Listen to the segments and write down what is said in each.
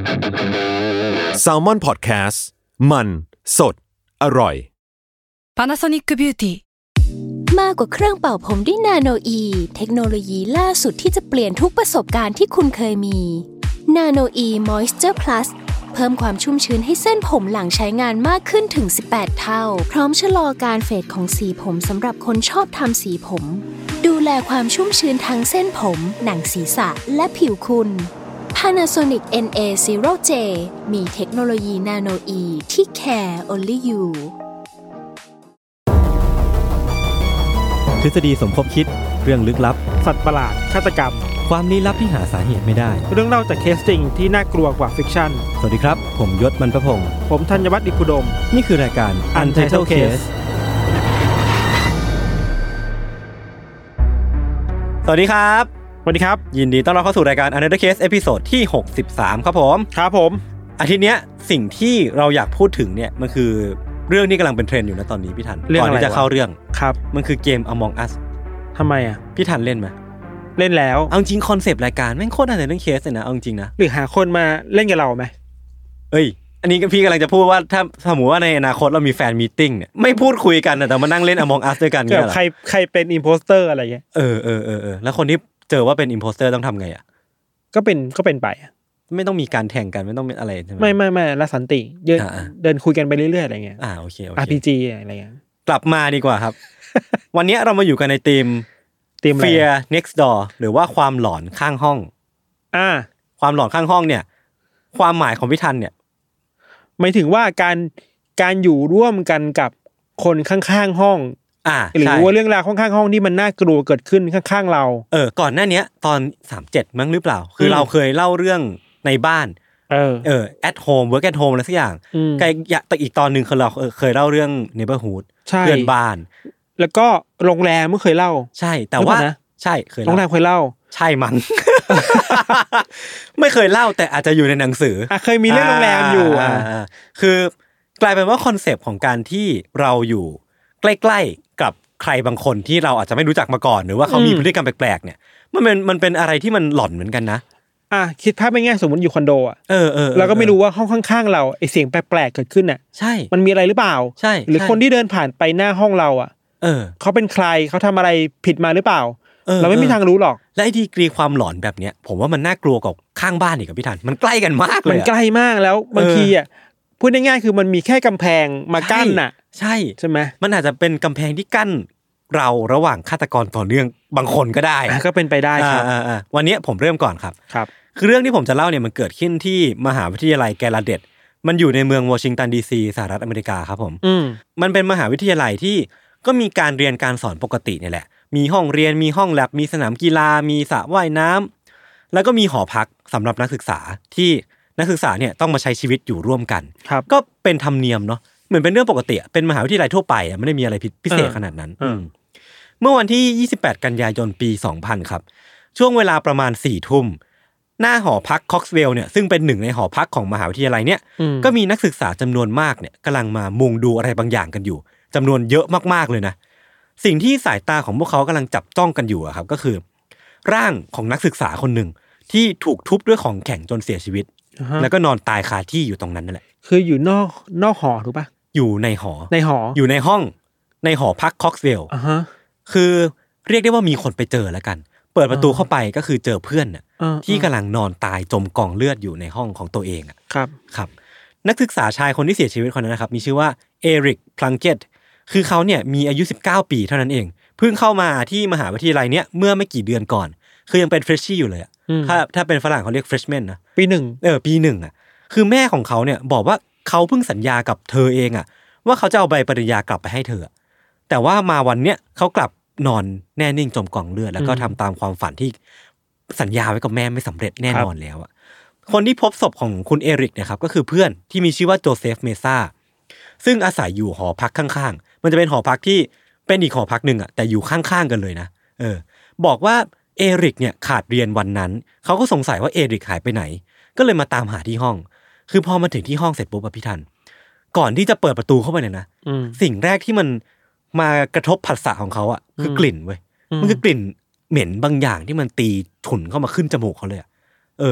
Salmon Podcast มันสดอร่อย Panasonic Beauty มากกว่าเครื่องเป่าผมด้วยนาโนอีเทคโนโลยีล่าสุดที่จะเปลี่ยนทุกประสบการณ์ที่คุณเคยมีนาโนอีมอยส์เจอร์พลัสเพิ่มความชุ่มชื้นให้เส้นผมหลังใช้งานมากขึ้นถึง18เท่าพร้อมชะลอการเฟดของสีผมสำหรับคนชอบทำสีผมดูแลความชุ่มชื้นทั้งเส้นผมหนังศีรษะและผิวคุณ Panasonic NA0J มีเทคโนโลยีนาโนอีที่ care only you ทฤษฎีสมคบคิดเรื่องลึกลับสัตว์ประหลาดฆาตกรรมความลี้ลับที่หาสาเหตุไม่ได้เรื่องเล่าจากเคสจริงที่น่ากลัวกว่าฟิกชั่นสวัสดีครับผมยศมันประพงษ์ผมธัญวัฒน์อิพุดมนี่คือรายการ Untitled Case สวัสดีครับสวัสดีครับยินดีต้อนรับเข้าสู่รายการ Untitled Case เอพิโซดที่63ครับผมครับผมอาทิตย์เนี้ยสิ่งที่เราอยากพูดถึงเนี่ยมันคือเรื่องที่กำลังเป็นเทรนด์อยู่นะตอนนี้พี่ทันก่อนที่จะเข้าเรื่องครับมันคือเกม Among Us ทำไมอ่ะพี่ทันเล่นไหมเล่นแล้วเอาจริงคอนเซปต์รายการแม่งโคตรน่าจะเรื่องเคสเลยนะเอาจริงนะหรือหาคนมาเล่นกับเราไหมอันนี้พี่กำลังจะพูดว่าถ้าสมมติว่าในอนาคตเรามีแฟนมีตติ้งเนี่ยไม่พูดคุยกันแต่มานั่งเล่น Among Us ด้วยกันเนี่ยใครเป็นอิมโพสเตอร์อะไรเงี้ยแล้วคนที่เจอว่าเป็นอิมโพสเตอร์ต้องทำไงอ่ะก็เป็นไปไม่ต้องมีการแข่งกันไม่ต้องเป็นอะไรใช่ไหมไม่ละสันติเดินคุยกันไปเรื่อยๆอะไรเงี้ยโอเค RPG อะไรเงี้ยกลับมาดีกว่าครับ วันนี้เรามาอยู่กันในทีมFear Next Door หรือว่าความหลอนข้างห้องความหลอนข้างห้องเนี่ยความหมายของพี่ทันเนี่ยหมายถึงว่าการอยู่ร่วมกันกับคนข้างๆห้องหรือว่าเรื่องราวข้างๆห้องที่มันน่ากลัวเกิดขึ้นข้างๆเราก่อนหน้านี้ตอน37มั้งหรือเปล่าคือเราเคยเล่าเรื่องในบ้านat home work at home อะไรสักอย่างแต่อีกตอนนึงคือเราเคยเล่าเรื่อง neighborhood เพื่อนบ้านแล้วก็โรงแรมไม่เคยเล่าใช่แต่ว่าใช่เคยโรงแรมเคยเล่าใช่มั้ง ไม่เคยเล่าแต่อาจจะอยู่ในหนังสือเคยมีเรื่องโรงแรมอยู่คือกลายเป็นว่าคอนเซปต์ของการที่เราอยู่ใกล้ๆกับใครบางคนที่เราอาจจะไม่รู้จักมาก่อนหรือว่าเขามีพฤติกรรมแปลกๆเนี่ยมันเป็นอะไรที่มันหลอนเหมือนกันนะคิดภาพไม่ง่ายสมมติอยู่คอนโดเราก็ไม่รู้ว่าห้องข้างๆเราไอเสียงแปลกๆเกิดขึ้นใช่มันมีอะไรหรือเปล่าใช่หรือคนที่เดินผ่านไปหน้าห้องเราเขาเป็นใครเขาทำอะไรผิดมาหรือเปล่าเราไม่มีทางรู้หรอกและไอ้ดีกรีความหลอนแบบเนี้ยผมว่ามันน่ากลัวกว่าข้างบ้านอีกกับพี่ทันมันใกล้กันมากเลยมันใกล้มากแล้วบางทีพูดง่ายๆคือมันมีแค่กำแพงมากั้นน่ะใช่ไหมมันอาจจะเป็นกำแพงที่กั้นเราระหว่างฆาตกรต่อเนื่องบางคนก็ได้ก็เป็นไปได้ครับวันนี้ผมเริ่มก่อนครับคือเรื่องที่ผมจะเล่าเนี่ยมันเกิดขึ้นที่มหาวิทยาลัยแกลาเดตมันอยู่ในเมืองวอชิงตันดีซีสหรัฐอเมริกาครับผมมันเป็นมหาวิทยาลัยที่ก็มีการเรียนการสอนปกติเนี่ยแหละมีห้องเรียนมีห้องแลบมีสนามกีฬามีสระว่ายน้ำแล้วก็มีหอพักสำหรับนักศึกษาที่นักศึกษาเนี่ยต้องมาใช้ชีวิตอยู่ร่วมกันก็เป็นธรรมเนียมเนาะเหมือนเป็นเรื่องปกติเป็นมหาวิทยาลัยทั่วไปไม่ได้มีอะไรพิเศษขนาดนั้นเมื่อวันที่28กันยายนปี2000ครับช่วงเวลาประมาณ 4 ทุ่มหน้าหอพักค็อกซ์เวลล์เนี่ยซึ่งเป็นหนึ่งในหอพักของมหาวิทยาลัยเนี่ยก็มีนักศึกษาจำนวนมากเนี่ยกำลังมามุงดูอะไรบางอย่างกันอยู่จำนวนเยอะมากๆเลยนะสิ่งที่สายตาของพวกเขากำลังจับจ้องกันอยู่ครับก็คือร่างของนักศึกษาคนหนึ่งที่ถูกทุบด้วยของแข็งจนเสียชีวิตแล้วก็นอนตายคาที่อยู่ตรงนั้นนั่นแหละคืออยู่นอกหอถูกปะอยู่ในหออยู่ในห้องในหอพักค็อกซ์เวลล์คือเรียกได้ว่ามีคนไปเจอแล้วกันเปิดประตูเข้าไปก็คือเจอเพื่อนที่กำลังนอนตายจมกองเลือดอยู่ในห้องของตัวเองครับนักศึกษาชายคนที่เสียชีวิตคนนั้นนะครับมีชื่อว่าเอริกพลังเกตคือเขาเนี่ยมีอายุ19ปีเท่านั้นเองเพิ่งเข้ามาที่มหาวิทยาลัยเนี้ยเมื่อไม่กี่เดือนก่อนคือยังเป็นเฟรชชี่อยู่เลยถ้าเป็นฝรั่งเขาเรียกเฟรชแมนนะปี1 ปี1คือแม่ของเขาเนี่ยบอกว่าเขาเพิ่งสัญญากับเธอเองว่าเขาจะเอาใบปริญญากลับไปให้เธอแต่ว่ามาวันเนี้ยเขากลับนอนแน่นิ่งจมกองเลือดแล้วก็ทำตามความฝันที่สัญญาไว้กับแม่ไม่สำเร็จแน่นอนแล้วคนที่พบศพของคุณเอริกเนี่ยครับก็คือเพื่อนที่มีชื่อว่าโจเซฟเมซ่าซึ่งอาศัยอยู่หอพักข้างๆมันจะเป็นหอพักที่เป็นอีกหอพักนึงแต่อยู่ข้างๆกันเลยนะบอกว่าเอริกเนี่ยขาดเรียนวันนั้นเขาก็สงสัยว่าเอริกหายไปไหนก็เลยมาตามหาที่ห้องคือพอมาถึงที่ห้องเสร็จปุ๊บพี่ทันก่อนที่จะเปิดประตูเข้าไปเนี่ยนะสิ่งแรกที่มันมากระทบผัสสะของเขาคือกลิ่นเว้ยมันคือกลิ่นเหม็นบางอย่างที่มันตีฉุนเข้ามาขึ้นจมูกเขาเลย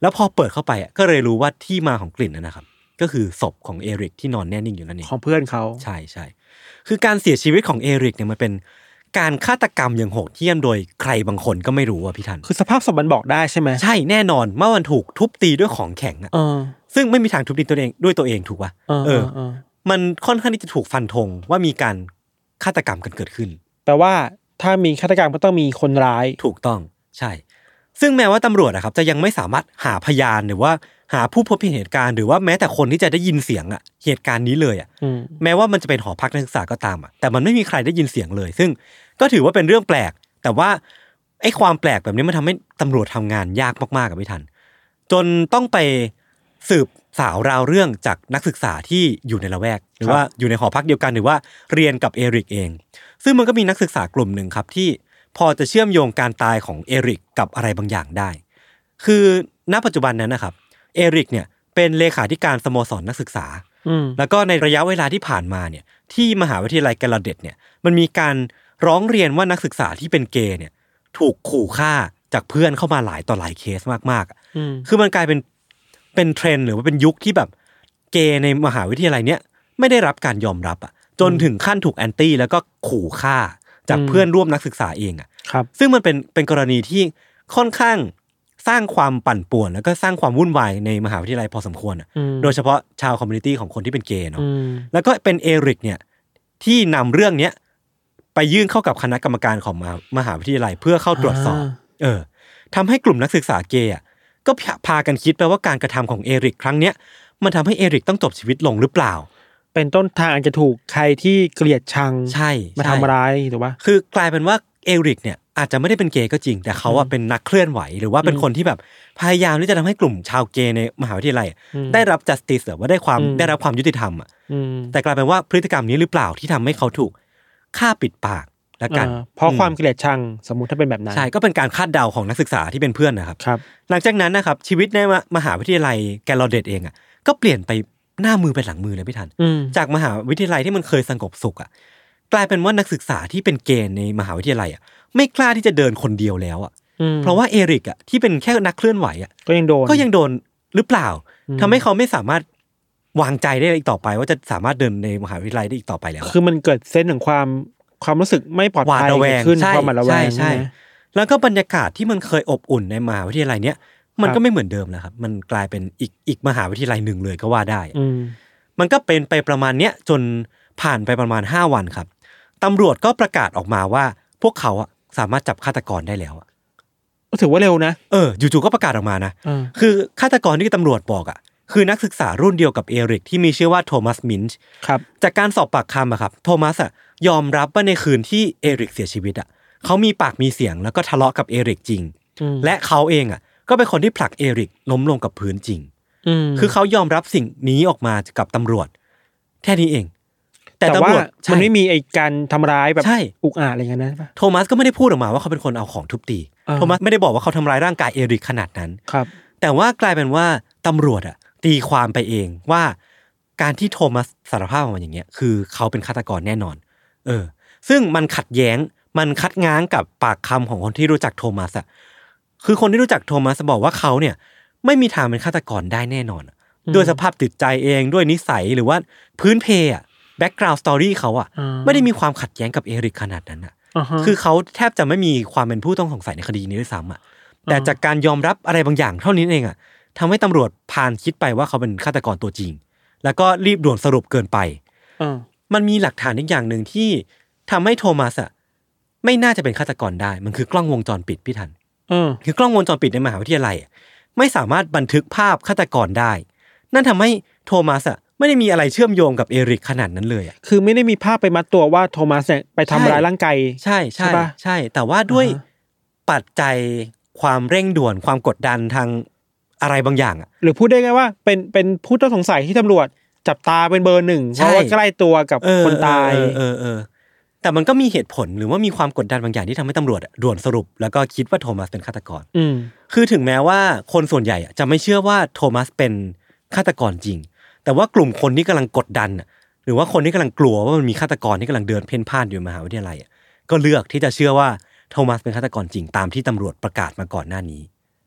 แล้วพอเปิดเข้าไปก็เลยรู้ว่าที่มาของกลิ่นนะครับก็คือศพของเอริกที่นอนแน่นิ่งอยู่นั่นเองของเพื่อนเขาใช่ๆคือการเสียชีวิตของเอริกเนี่ยมันเป็นการฆาตกรรมอย่างโหดเหี้ยมโดยใครบางคนก็ไม่รู้พี่ทันคือสภาพศพมันบอกได้ใช่ไหมใช่แน่นอนเมื่อมันถูกทุบตีด้วยของแข็งซึ่งไม่มีทางทุบตีตัวเองด้วยตัวเองถูกป่ะมันค่อนข้างที่จะถูกฟันธงว่ามีการฆาตกรรมกันเกิดขึ้นแปลว่าถ้ามีฆาตกรรมก็ต้องมีคนร้ายถูกต้องใช่ซึ่งแม้ว่าตำรวจครับจะยังไม่สามารถหาพยานหรือว่าหาผู้พบเห็นเหตุการณ์หรือว่าแม้แต่คนที่จะได้ยินเสียงเหตุการณ์นี้เลยแม้ว่ามันจะเป็นหอพักนักศึกษาก็ตามแต่มันไม่มีใครได้ยินเสียงเลยซึ่งก็ถือว่าเป็นเรื่องแปลกแต่ว่าไอ้ความแปลกแบบนี้มันทำให้ตำรวจทำงานยากมากๆกับพี่ทันจนต้องไปสืบสาวราวเรื่องจากนักศึกษาที่อยู่ในละแวกหรือว่าอยู่ในหอพักเดียวกันหรือว่าเรียนกับเอริกเองซึ่งมันก็มีนักศึกษากลุ่มหนึ่งครับที่พอจะเชื่อมโยงการตายของเอริกกับอะไรบางอย่างได้คือณปัจจุบันนั้นนะครับเอริกเนี่ยเป็นเลขาธิการสโมสรนักศึกษาแล้วก็ในระยะเวลาที่ผ่านมาเนี่ยที่มหาวิทยาลัยแกลาเด็ดเนี่ยมันมีการร้องเรียนว่านักศึกษาที่เป็นเกย์เนี่ยถูกขู่ฆ่าจากเพื่อนเข้ามาหลายต่อหลายเคสมากๆคือมันกลายเป็นเทรนด์หรือว่าเป็นยุคที่แบบเกย์ในมหาวิทยาลัยเนี้ยไม่ได้รับการยอมรับจนถึงขั้นถูกแอนตี้แล้วก็ขู่ฆ่าจากเพื่อนร่วมนักศึกษาเองซึ่งมันเป็นกรณีที่ค่อนข้างสร้างความปั่นป่วนแล้วก็สร้างความวุ่นวายในมหาวิทยาลัยพอสมควรโดยเฉพาะชาวคอมมูนิตี้ของคนที่เป็นเกย์เนาะแล้วก็เป็นเอริกเนี่ยที่นำเรื่องเนี้ยไปยื่นเข้ากับคณะกรรมการของมหาวิทยาลัยเพื่อเข้าตรวจสอบทำให้กลุ่มนักศึกษาเกย์ก็พากันคิดไปว่าการกระทำของเอริกครั้งเนี้ยมันทำให้เอริกต้องจบชีวิตลงหรือเปล่าเป็นต้นทางอาจจะถูกใครที่เกลียดชังมาทำร้ายถูกป่ะคือกลายเป็นว่าเอริกเนี่ยอาจจะไม่ได้เป็นเกย์ก็จริงแต่เขาเป็นนักเคลื่อนไหวหรือว่าเป็นคนที่แบบพยายามที่จะทำให้กลุ่มชาวเกย์ในมหาวิทยาลัยได้รับ justice หรือว่าได้รับความยุติธรรมแต่กลายเป็นว่าพฤติกรรมนี้หรือเปล่าที่ทำให้เขาถูกฆ่าปิดปากแล้วกันเพราะความเกลียดชังสมมุติถ้าเป็นแบบนั้นใช่ก็เป็นการคาดเดาของนักศึกษาที่เป็นเพื่อนนะครับหลังจากนั้นนะครับชีวิตในมหาวิทยาลัยแกลาเด็ดเองก็เปลี่ยนไปหน้ามือเป็นหลังมือเลยพี่ทันจากมหาวิทยาลัยที่มันเคยสงบสุขกลายเป็นว่านักศึกษาที่เป็นเกย์ในมหาวิทยาลัยไม่กล้าที่จะเดินคนเดียวแล้วเพราะว่าเอริกที่เป็นแค่นักเคลื่อนไหวก็ยังโดนหรือเปล่าทำให้เขาไม่สามารถวางใจได้อีกต่อไปว่าจะสามารถเดินในมหาวิทยาลัยได้อีกต่อไปแล้วคือมันเกิดเซนส์ของความรู้สึกไม่ปลอดภัยขึ้นความหวาดระแวงใช่แล้วก็บรรยากาศที่มันเคยอบอุ่นในมหาวิทยาลัยเนี้ยมันก็ไม่เหมือนเดิมแล้วครับมันกลายเป็นอีกมหาวิทยาลัยหนึ่งเลยก็ว่าได้มันก็เป็นไปประมาณเนี้ยจนผ่านไปประมาณ5 วันครับตำรวจก็ประกาศออกมาว่าพวกเขาสามารถจับฆาตกรได้แล้วถือว่าเร็วนะจู่ๆก็ประกาศออกมานะคือฆาตกรที่ตำรวจบอกคือนักศึกษารุ่นเดียวกับเอริกที่มีชื่อว่าโทมัสมินช์จากการสอบปากคำครับโทมัสยอมรับว่าในคืนที่เอริกเสียชีวิตเขามีปากมีเสียงแล้วก็ทะเลาะกับเอริกจริงและเขาเองก็เป็นคนที่ผลักเอริกล้มลงกับพื้นจริงคือเขายอมรับสิ่งนี้ออกมากับตำรวจแค่นี้เองแต่ตำรวจมันไม่มีไอ้การทำร้ายแบบอุกอาจอะไรอย่างนั้นป่ะโทมัสก็ไม่ได้พูดออกมาว่าเขาเป็นคนเอาของทุบตีโทมัสไม่ได้บอกว่าเขาทำร้ายร่างกายเอริกขนาดนั้นแต่ว่ากลายเป็นว่าตำรวจตีความไปเองว่าการที่โทมัสสารภาพออกมาอย่างเงี้ยคือเขาเป็นฆาตกรแน่นอนซึ่งมันขัดแย้งมันคัดง้างกับปากคำของคนที่รู้จักโทมัสคือคนที่รู้จักโทมัสบอกว่าเขาเนี่ยไม่มีทางเป็นฆาตกรได้แน่นอนด้วยสภาพจิตใจเองด้วยนิสัยหรือว่าพื้นเพแบ็คกราวด์สตอรี่เขาไม่ได้มีความขัดแย้งกับเอริกขนาดนั้นคือเขาแทบจะไม่มีความเป็นผู้ต้องสงสัยในคดีนี้ด้วยซ้ำแต่จากการยอมรับอะไรบางอย่างเท่านี้เองทำให้ตำรวจพานคิดไปว่าเขาเป็นฆาตกรตัวจริงแล้วก็รีบด่วนสรุปเกินไปมันมีหลักฐานอีกอย่างหนึ่งที่ทำให้โทมัสไม่น่าจะเป็นฆาตกรได้มันคือกล้องวงจรปิดพี่ทันคือกล้องวงจรปิดในมหาวิทยาลัยไม่สามารถบันทึกภาพฆาตกรได้นั่นทำให้โทมัสไม่ได้มีอะไรเชื่อมโยงกับเอริกขนาดนั้นเลยคือไม่ได้มีภาพไปมัดตัวว่าโทมัสไปทำร้ายร่างกายใช่แต่ว่าด้วยปัจจัยความเร่งด่วนความกดดันทางอะไรบางอย่างหรือพูดได้ไงว่าเป็นผู้ต้องสงสัยที่ตำรวจจับตาเป็นเบอร์หนึ่งเพราะว่าใกล้ตัวกับคนตายแต่มันก็มีเหตุผลหรือว่ามีความกดดันบางอย่างที่ทำให้ตำรวจด่วนสรุปแล้วก็คิดว่าโทมัสเป็นฆาตกรคือถึงแม้ว่าคนส่วนใหญ่จะไม่เชื่อว่าโทมัสเป็นฆาตกรจริงแต่ว่ากลุ่มคนที่กำลังกดดันหรือว่าคนที่กำลังกลัวว่ามันมีฆาตกรที่กำลังเดินเพ่นพ่านอยู่ในมหาวิทยาลัยก็เลือกที่จะเชื่อว่าโทมัสเป็นฆาตกรจริงตามที่ตำรวจประกาศมาก่อนหน้านี้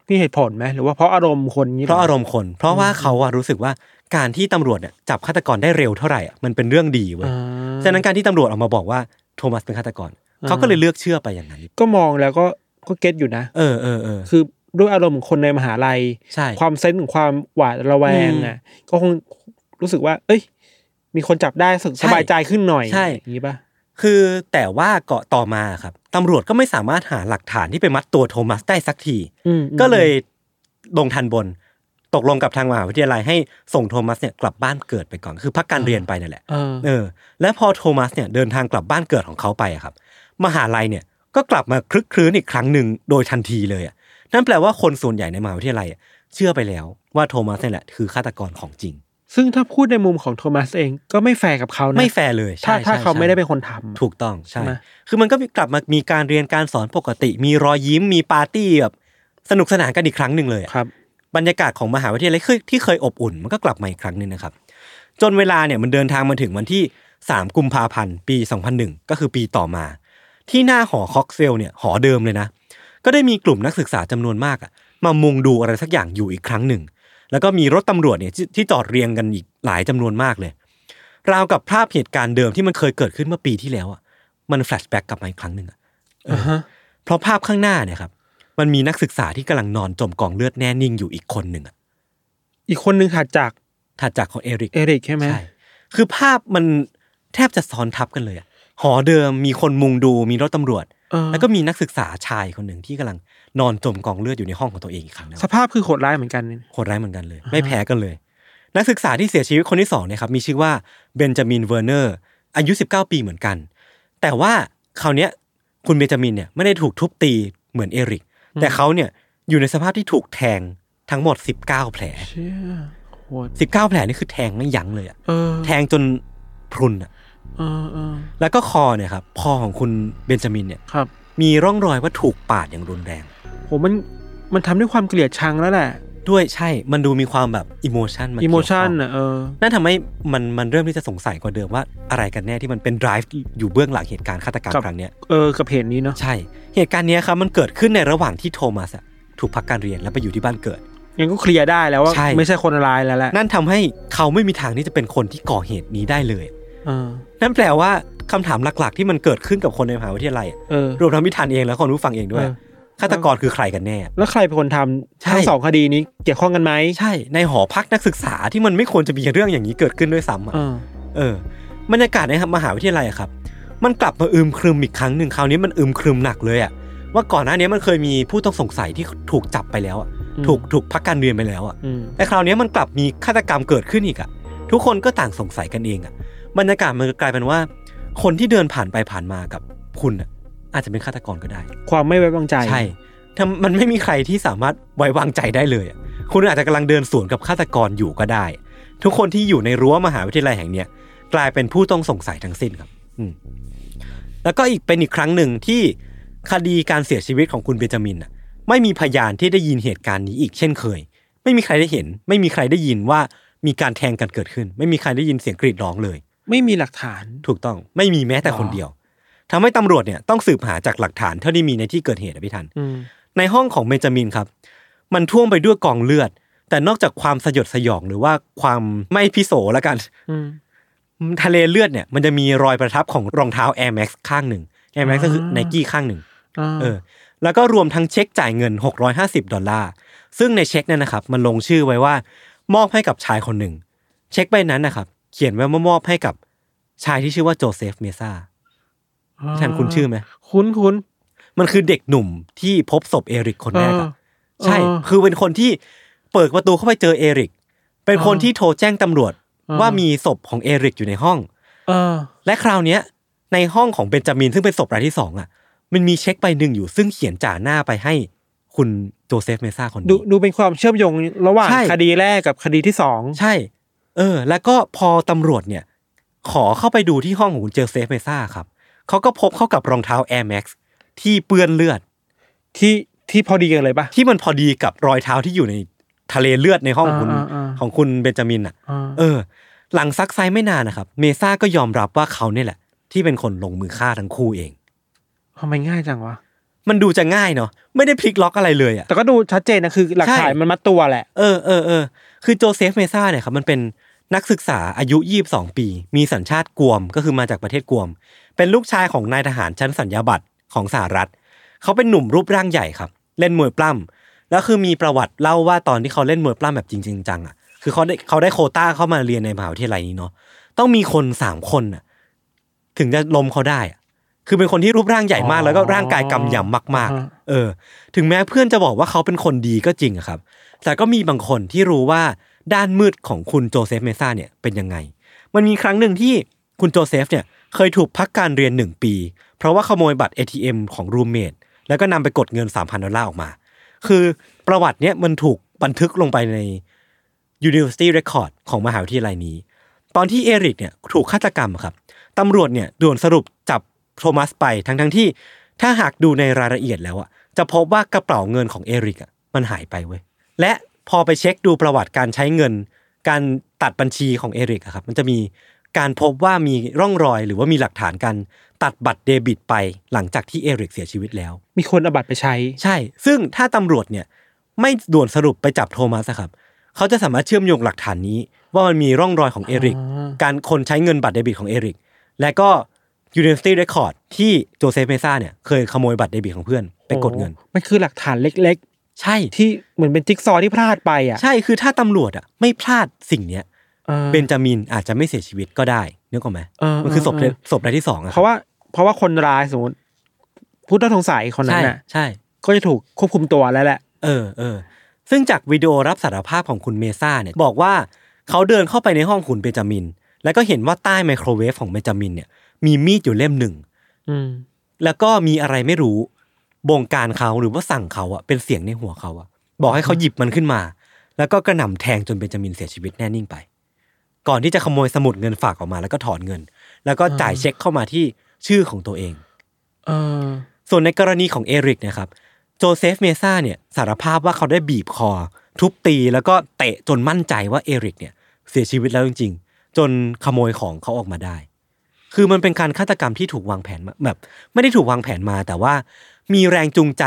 มีเหตุผลไหมหรือว่าเพราะอารมณ์คนนี้เพราะอารมณ์คนเพราะว่าเขารู้สึกว่าการที่ตำรวจเนี่ยจับฆาตกรได้เร็วเท่าไหร่มันเป็นเรื่องดีเว้ยฉะนั้นการที่ตำรวจออกมาบอกว่าโทมัสเป็นฆาตกรเขาก็เลยเลือกเชื่อไปอย่างนั้นก็มองแล้วก็เก็ตอยู่นะคือด้วยอารมณ์ของคนในมหาลัยความเซนส์ของความหวาดระแวงอ่ะก็คงรู้สึกว่าเอ้ยมีคนจับได้สบายใจขึ้นหน่อยอย่างนี้ป่ะคือแต่ว่าเกาะต่อมาครับตำรวจก็ไม่สามารถหาหลักฐานที่ไปมัดตัวโทมัสได้สักทีก็เลยลงทันบนตกลงกับทางมหาวิทยาลัยให้ส่งโทมัสเนี่ยกลับบ้านเกิดไปก่อนคือพักการเรียนไปนั่นแหละและพอโทมัสเนี่ยเดินทางกลับบ้านเกิดของเขาไปครับมหาลัยเนี่ยก็กลับมาคลึกครื้นอีกครั้งหนึ่งโดยทันทีเลยอ่ะนั่นแปลว่าคนส่วนใหญ่ในมหาวิทยาลัยเชื่อไปแล้วว่าโทมัสนี่แหละคือฆาตกรของจริงซึ่งถ้าพูดในมุมของโทมัสเองก็ไม่แฟร์กับเขานะไม่แฟร์เลยถ้าเขาไม่ได้เป็นคนทำถูกต้องใช่คือมันก็กลับมามีการเรียนการสอนปกติมีรอยยิ้มมีปาร์ตี้แบบสนุกสนานกันอีกครั้งหนึ่งเลยครับบรรยากาศของมหาวิทยาลัยที่เคยอบอุ่นมันก็กลับมาอีกครั้งนึงนะครับจนเวลาเนี่ยมันเดินทางมาถึงวันที่3กุมภาพันธ์ปี2001ก็คือปีต่อมาที่หน้าหอค็อกเซลเนี่ยหอเดิมเลยนะก็ได้มีกลุ่มนักศึกษาจำนวนมากมามุงดูอะไรสักอย่างอยู่อีกครั้งหนึ่งแล้วก็มีรถตำรวจเนี่ยที่จอดเรียงกันอีกหลายจำนวนมากเลยราวกับภาพเหตุการณ์เดิมที่มันเคยเกิดขึ้นเมื่อปีที่แล้วมันแฟลชแบ็กกลับมาอีกครั้งหนึ่งเพราะภาพข้างหน้าเนี่ยครับมันมีนักศึกษาที่กำลังนอนจมกองเลือดแน่นิ่งอยู่อีกคนหนึ่งอีกคนหนึ่งถัดจากของเอริกใช่ไหมใช่คือภาพมันแทบจะซ้อนทับกันเลยหอเดิมมีคนมุงดูมีรถตำรวจแล้วก็มีนักศึกษาชายคนหนึ่งที่กำลังนอนจมกองเลือดอยู่ในห้องของตัวเองอีกครั้งนึงสภาพคือโหดร้ายเหมือนกันโหดร้ายเหมือนกันเลยไม่แพ้กันเลยนักศึกษาที่เสียชีวิตคนที่2เนี่ยครับมีชื่อว่าเบนจามินเวอร์เนอร์อายุ19ปีเหมือนกันแต่ว่าคราวนี้คุณเบนจามินเนี่ยไม่ได้ถูกทุบตีเหมือนเอริกแต่เขาเนี่ยอยู่ในสภาพที่ถูกแทงทั้งหมด19แผล19แผลนี่คือแทงไม่ยั้งเลยแทงจนพรุนแล้วก็คอเนี่ยครับคอของคุณเบนจามินเนี่ยมีร่องรอยว่าถูกปาดอย่างรุนแรงโหมันทำด้วยความเกลียดชังแล้วแหละด้วยใช่มันดูมีความแบบอิโมชันนั่นทำให้มันเริ่มที่จะสงสัยกว่าเดิมว่าอะไรกันแน่ที่มันเป็น drive อยู่เบื้องหลังเหตุการณ์ฆาตกรรมครั้งนี้กับเหตุนี้เนาะใช่เหตุการณ์นี้ครับมันเกิดขึ้นในระหว่างที่โทมัสถูกพักการเรียนแล้วไปอยู่ที่บ้านเกิดยังก็เคลียร์ได้แล้วว่าไม่ใช่คนร้ายแล้วแหละนั่นทำให้เขาไม่มีทางที่จะเป็นคนที่ก่อเหตุนี้ได้เลยนั่นแปลว่าคำถามหลักๆที่มันเกิดขึ้นกับคนในมหาวิทยาลัยรวมทั้งพิธานเองและคนผู้ฟังเองด้วยฆาตกรคือใครกันแน่แล้วใครเป็นคนทำทั้ง2คดีนี้เกี่ยวข้องกันไหมใช่ในหอพักนักศึกษาที่มันไม่ควรจะมีเรื่องอย่างนี้เกิดขึ้นด้วยซ้ำบรรยากาศในมหาวิทยาลัยครับมันกลับมาอึมครึมอีกครั้งหนึ่งคราวนี้มันอึมครึมหนักเลยว่าก่อนหน้านี้มันเคยมีผู้ต้องสงสัยที่ถูกจับไปแล้วถูกพักการเรียนไปแล้วแต่คราวนี้มันกลับมีฆาตกรรมเกิดขึ้นอีกทุกคนก็ต่างสงสัยกันเองบรรยากาศมันกลายเป็นว่าคนที่เดินผ่านไปผ่านมากับคุณอาจจะเป็นฆาตกรก็ได้ความไม่ไว้วางใจใช่มันไม่มีใครที่สามารถไว้วางใจได้เลยคุณอาจจะกำลังเดินสวนกับฆาตกรอยู่ก็ได้ทุกคนที่อยู่ในรั้วมหาวิทยาลัยแห่งเนี้ยกลายเป็นผู้ต้องสงสัยทั้งสิ้นครับแล้วก็อีกครั้งหนึ่งที่คดีการเสียชีวิตของคุณเบนจามินไม่มีพยานที่ได้ยินเหตุการณ์นี้อีกเช่นเคยไม่มีใครได้เห็นไม่มีใครได้ยินว่ามีการแทงกันเกิดขึ้นไม่มีใครได้ยินเสียงกรีดร้องเลยไม่มีหลักฐานถูกต้องไม่มีแม้แต่คนเดียวทำให้ตำรวจเนี่ยต้องสืบหาจากหลักฐานเท่าที่มีในที่เกิดเหตุพี่ทันในห้องของเบนจามินครับมันท่วมไปด้วยกองเลือดแต่นอกจากความสยดสยองหรือว่าความไม่พิโสแล้วกันทะเลเลือดเนี่ยมันจะมีรอยประทับของรองเท้า Air Max ข้างหนึ่ง Air Max ก็คือ Nike ข้างหนึ่งแล้วก็รวมทั้งเช็คจ่ายเงิน$650ซึ่งในเช็คนั้นนะครับมันลงชื่อไว้ว่ามอบให้กับชายคนหนึ่งเช็คใบนั้นนะครับเขียนไว้ว่ามอบให้กับชายที่ชื่อว่าโจเซฟเมซ่าท่านคุ้นชื่อไหมคุ้นมันคือเด็กหนุ่มที่พบศพเอริกคนแรกใช่คือเป็นคนที่เปิดประตูเข้าไปเจอเอริกเป็นคนที่โทรแจ้งตำรวจว่ามีศพของเอริกอยู่ในห้องและคราวนี้ในห้องของเบนจามินซึ่งเป็นศพรายที่2มันมีเช็คใบหนึ่งอยู่ซึ่งเขียนจ่าหน้าไปให้คุณโจเซฟเมซ่าคนนี้ดูเป็นความเชื่อมโยงระหว่างคดีแรกกับคดีที่2 ใช่แล้วก็พอตำรวจเนี่ยขอเข้าไปดูที่ห้องของคุณโจเซฟเมซ่าครับเขาก็พบเข้ากับรองเท้า Air Max ที่เปื้อนเลือดที่พอดีกันเลยป่ะที่มันพอดีกับรอยเท้าที่อยู่ในทะเลเลือดในห้องของคุณเบนจามินหลังซักไซไม่นานนะครับเมซ่าก็ยอมรับว่าเขาเนี่ยแหละที่เป็นคนลงมือฆ่าทั้งคู่เองทำไมง่ายจังวะมันดูจะง่ายเนาะไม่ได้พลิกล็อกอะไรเลยอ่ะแต่ก็ดูชัดเจนนะคือหลักฐานมันมัดตัวแหละคือโจเซฟเมซ่าเนี่ยครับมันเป็นนักศึกษาอายุ22ปีมีสัญชาติกวมก็คือมาจากประเทศกวมเป็นลูกชายของนายทหารชั้นสัญญาบัตรของสหรัฐเขาเป็นหนุ่มรูปร่างใหญ่ครับเล่นมวยปล้ำแล้วคือมีประวัติเล่าว่าตอนที่เขาเล่นมวยปล้ำแบบจริงๆจังอ่ะคือเขาได้โควต้าเข้ามาเรียนในมหาวิทยาลัยนี้เนาะต้องมีคน3คนน่ะถึงจะล้มเขาได้อ่ะคือเป็นคนที่รูปร่างใหญ่มากแล้วก็ร่างกายกำยำมากๆถึงแม้เพื่อนจะบอกว่าเขาเป็นคนดีก็จริงอะครับแต่ก็มีบางคนที่รู้ว่าด้านมืดของคุณโจเซฟเมซ่าเนี่ยเป็นยังไงมันมีครั้งหนึ่งที่คุณโจเซฟเนี่ยเคยถูกพักการเรียน1ปีเพราะว่าขโมยบัตร ATM ของรูมเมทแล้วก็นำไปกดเงิน $3,000 ออกมาคือประวัติเนี่ยมันถูกบันทึกลงไปใน University Record ของมหาวิทยาลัยนี้ตอนที่เอริกเนี่ยถูกฆาตกรรมครับตำรวจเนี่ยด่วนสรุปจับโทมัสไปทั้งที่ถ้าหากดูในรายละเอียดแล้วอ่ะจะพบว่ากระเป๋าเงินของเอริกอ่ะมันหายไปเว้ยและพอไปเช็คดูประวัติการใช้เงินการตัดบัญชีของเอริกอะครับมันจะมีการพบว่ามีร่องรอยหรือว่ามีหลักฐานการตัดบัตรเดบิตไปหลังจากที่เอริกเสียชีวิตแล้วมีคนเอาบัตรไปใช้ใช่ซึ่งถ้าตำรวจเนี่ยไม่ด่วนสรุปไปจับโทมัสครับเขาจะสามารถเชื่อมโยงหลักฐานนี้ว่ามันมีร่องรอยของเอริกการคนใช้เงินบัตรเดบิตของเอริกและก็ University Record ที่โจเซฟเมซ่าเนี่ยเคยขโมยบัตรเดบิตของเพื่อนไปกดเงินมันคือหลักฐานเล็กใช่ที่เหมือนเป็นจิ๊กซอว์ที่พลาดไปอ่ะใช่คือถ้าตำรวจอ่ะไม่พลาดสิ่งเนี้ยเบนจามินอาจจะไม่เสียชีวิตก็ได้นึกออกไหมมันคือศพรายที่2อ่ะเพราะว่าคนร้ายสมมติผู้ต้องสงสัยคนนั้นน่ะใช่ก็จะถูกควบคุมตัวแล้วแหละซึ่งจากวิดีโอรับสารภาพของคุณเมซ่าเนี่ยบอกว่าเขาเดินเข้าไปในห้องคุณเบนจามินแล้วก็เห็นว่าใต้ไมโครเวฟของเบนจามินเนี่ยมีมีดอยู่เล่มหนึ่งแล้วก็มีอะไรไม่รู้บงการเขาหรือว่าสั่งเขาอ่ะเป็นเสียงในหัวเขาอ่ะบอกให้เขาหยิบมันขึ้นมาแล้วก็กระหน่ำแทงจนเบนจามินเสียชีวิตแน่นิ่งไปก่อนที่จะขโมยสมุดเงินฝากออกมาแล้วก็ถอนเงินแล้วก็จ่ายเช็คเข้ามาที่ชื่อของตัวเองส่วนในกรณีของเอริกนะครับโจเซฟเมซ่าเนี่ยสารภาพว่าเขาได้บีบคอทุบตีแล้วก็เตะจนมั่นใจว่าเอริกเนี่ยเสียชีวิตแล้วจริงๆจนขโมยของเขาออกมาได้คือมันเป็นการฆาตกรรมที่ถูกวางแผนมาแบบไม่ได้ถูกวางแผนมาแต่ว่ามีแรงจูงใจ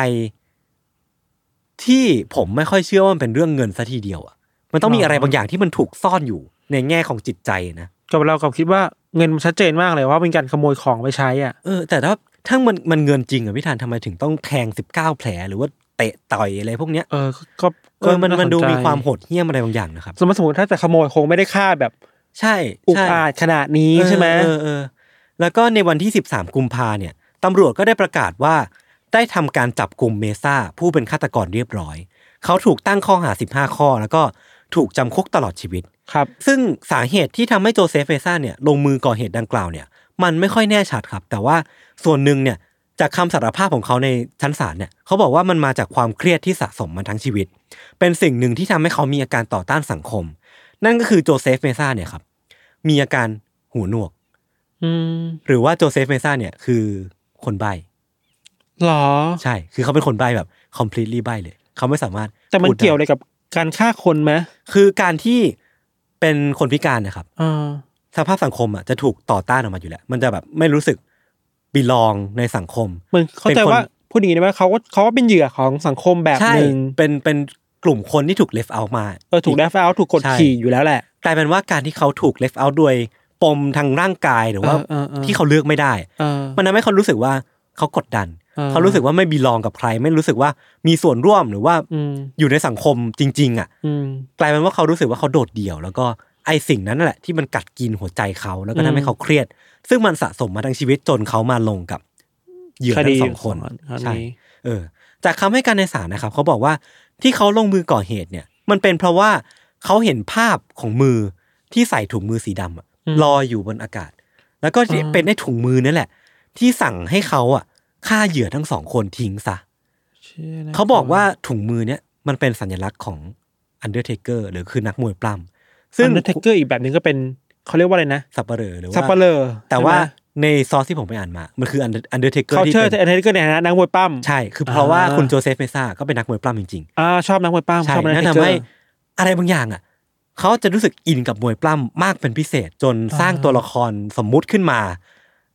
ที่ผมไม่ค่อยเชื่อว่ามันเป็นเรื่องเงินซะทีเดียวอ่ะมันต้องมีอะไรบางอย่างที่มันถูกซ่อนอยู่ในแง่ของจิตใจนะกับเรากับคิดว่าเงินมันชัดเจนมากเลยว่าเป็นการขโมยของไปใช้อ่ะแต่ถ้ามันเงินจริงอ่ะพี่ธันทำไมถึงต้องแทง19แผลหรือว่าเตะต่อยอะไรพวกเนี้ยก็มันดูมีความโหดเหี้ยมอะไรบางอย่างนะครับสมมติถ้าจะขโมยคงไม่ได้ฆ่าแบบใช่อุกอาจขนาดนี้ใช่ไหมแล้วก็ในวันที่13กุมภาเนี่ยตำรวจก็ได้ประกาศว่าได้ทำการจับกุมเมซ่าผู้เป็นฆาตกรเรียบร้อยเขาถูกตั้งข้อหา15ข้อแล้วก็ถูกจำคุกตลอดชีวิตครับซึ่งสาเหตุที่ทำให้โจเซฟเมซ่าเนี่ยลงมือก่อเหตุดังกล่าวเนี่ยมันไม่ค่อยแน่ชัดครับแต่ว่าส่วนหนึ่งเนี่ยจากคำสารภาพของเขาในชั้นศาลเนี่ยเขาบอกว่ามันมาจากความเครียดที่สะสมมาทั้งชีวิตเป็นสิ่งหนึ่งที่ทำให้เขามีอาการต่อต้านสังคมนั่นก็คือโจเซฟเมซ่าเนี่ยครับมีอาการหูหนวกหรือว่าโจเซฟเมซ่าเนี่ยคือคนใบ้หรอใช่คือเขาเป็นคนใบ้แบบ completely ใบ้เลยเขาไม่สามารถแต่มันเกี่ยวอะไรกับการฆ่าคนไหมคือการที่เป็นคนพิการนะครับสภาพสังคมอ่ะจะถูกต่อต้านออกมาอยู่แล้วมันจะแบบไม่รู้สึกbelong ในสังคมมันเข้าใจว่าพูดอย่างนี้ได้ไหมเขาก็เป็นเหยื่อของสังคมแบบนึงเป็นกลุ่มคนที่ถูก left out มาถูก left out ถูกกดขี่อยู่แล้วแหละกลายเป็นว่าการที่เขาถูก left out ด้วยปมทางร่างกายหรือว่าที่เขาเลือกไม่ได้มันทำให้เขารู้สึกว่าเขากดดันเขารู้สึกว่าไม่belongกับใครไม่รู้สึกว่ามีส่วนร่วมหรือว่าอยู่ในสังคมจริงๆอ่ะกลายเป็นว่าเขารู้สึกว่าเขาโดดเดี่ยวแล้วก็ไอ้สิ่งนั้นแหละที่มันกัดกินหัวใจเขาแล้วก็ทำให้เขาเครียดซึ่งมันสะสมมาทั้งชีวิตจนเขามาลงกับเหยื่อทั้ง2คนใช่จากคำให้การในศาลนะครับเขาบอกว่าที่เขาลงมือก่อเหตุเนี่ยมันเป็นเพราะว่าเขาเห็นภาพของมือที่ใส่ถุงมือสีดำลอยอยู่บนอากาศแล้วก็เป็นในถุงมือนั่นแหละที่สั่งให้เขาฆ่าเหยื่อทั้ง2คนทิ้งซะเขาบอกว่าถุงมือเนี้ยมันเป็นสัญลักษณ์ของ Undertaker หรือคือนักมวยปล้ำซึ่ง Undertaker อีกแบบนึงก็เป็นเขาเรียกว่าอะไรนะสัปเหร่อหรือว่าสัปเหร่อแต่ว่าในซอสที่ผมไปอ่านมามันคือ Undertaker ที่เป็น Undertaker ในฐานะนักมวยปล้ำใช่คือเพราะว่าคุณโจเซฟเมซ่าก็เป็นนักมวยปล้ำจริงๆชอบนักมวยปล้ำชอบนั่นทำให้อะไรบางอย่างเขาจะรู้สึกอินกับมวยปล้ำมากเป็นพิเศษจนสร้างตัวละครสมมุติขึ้นมา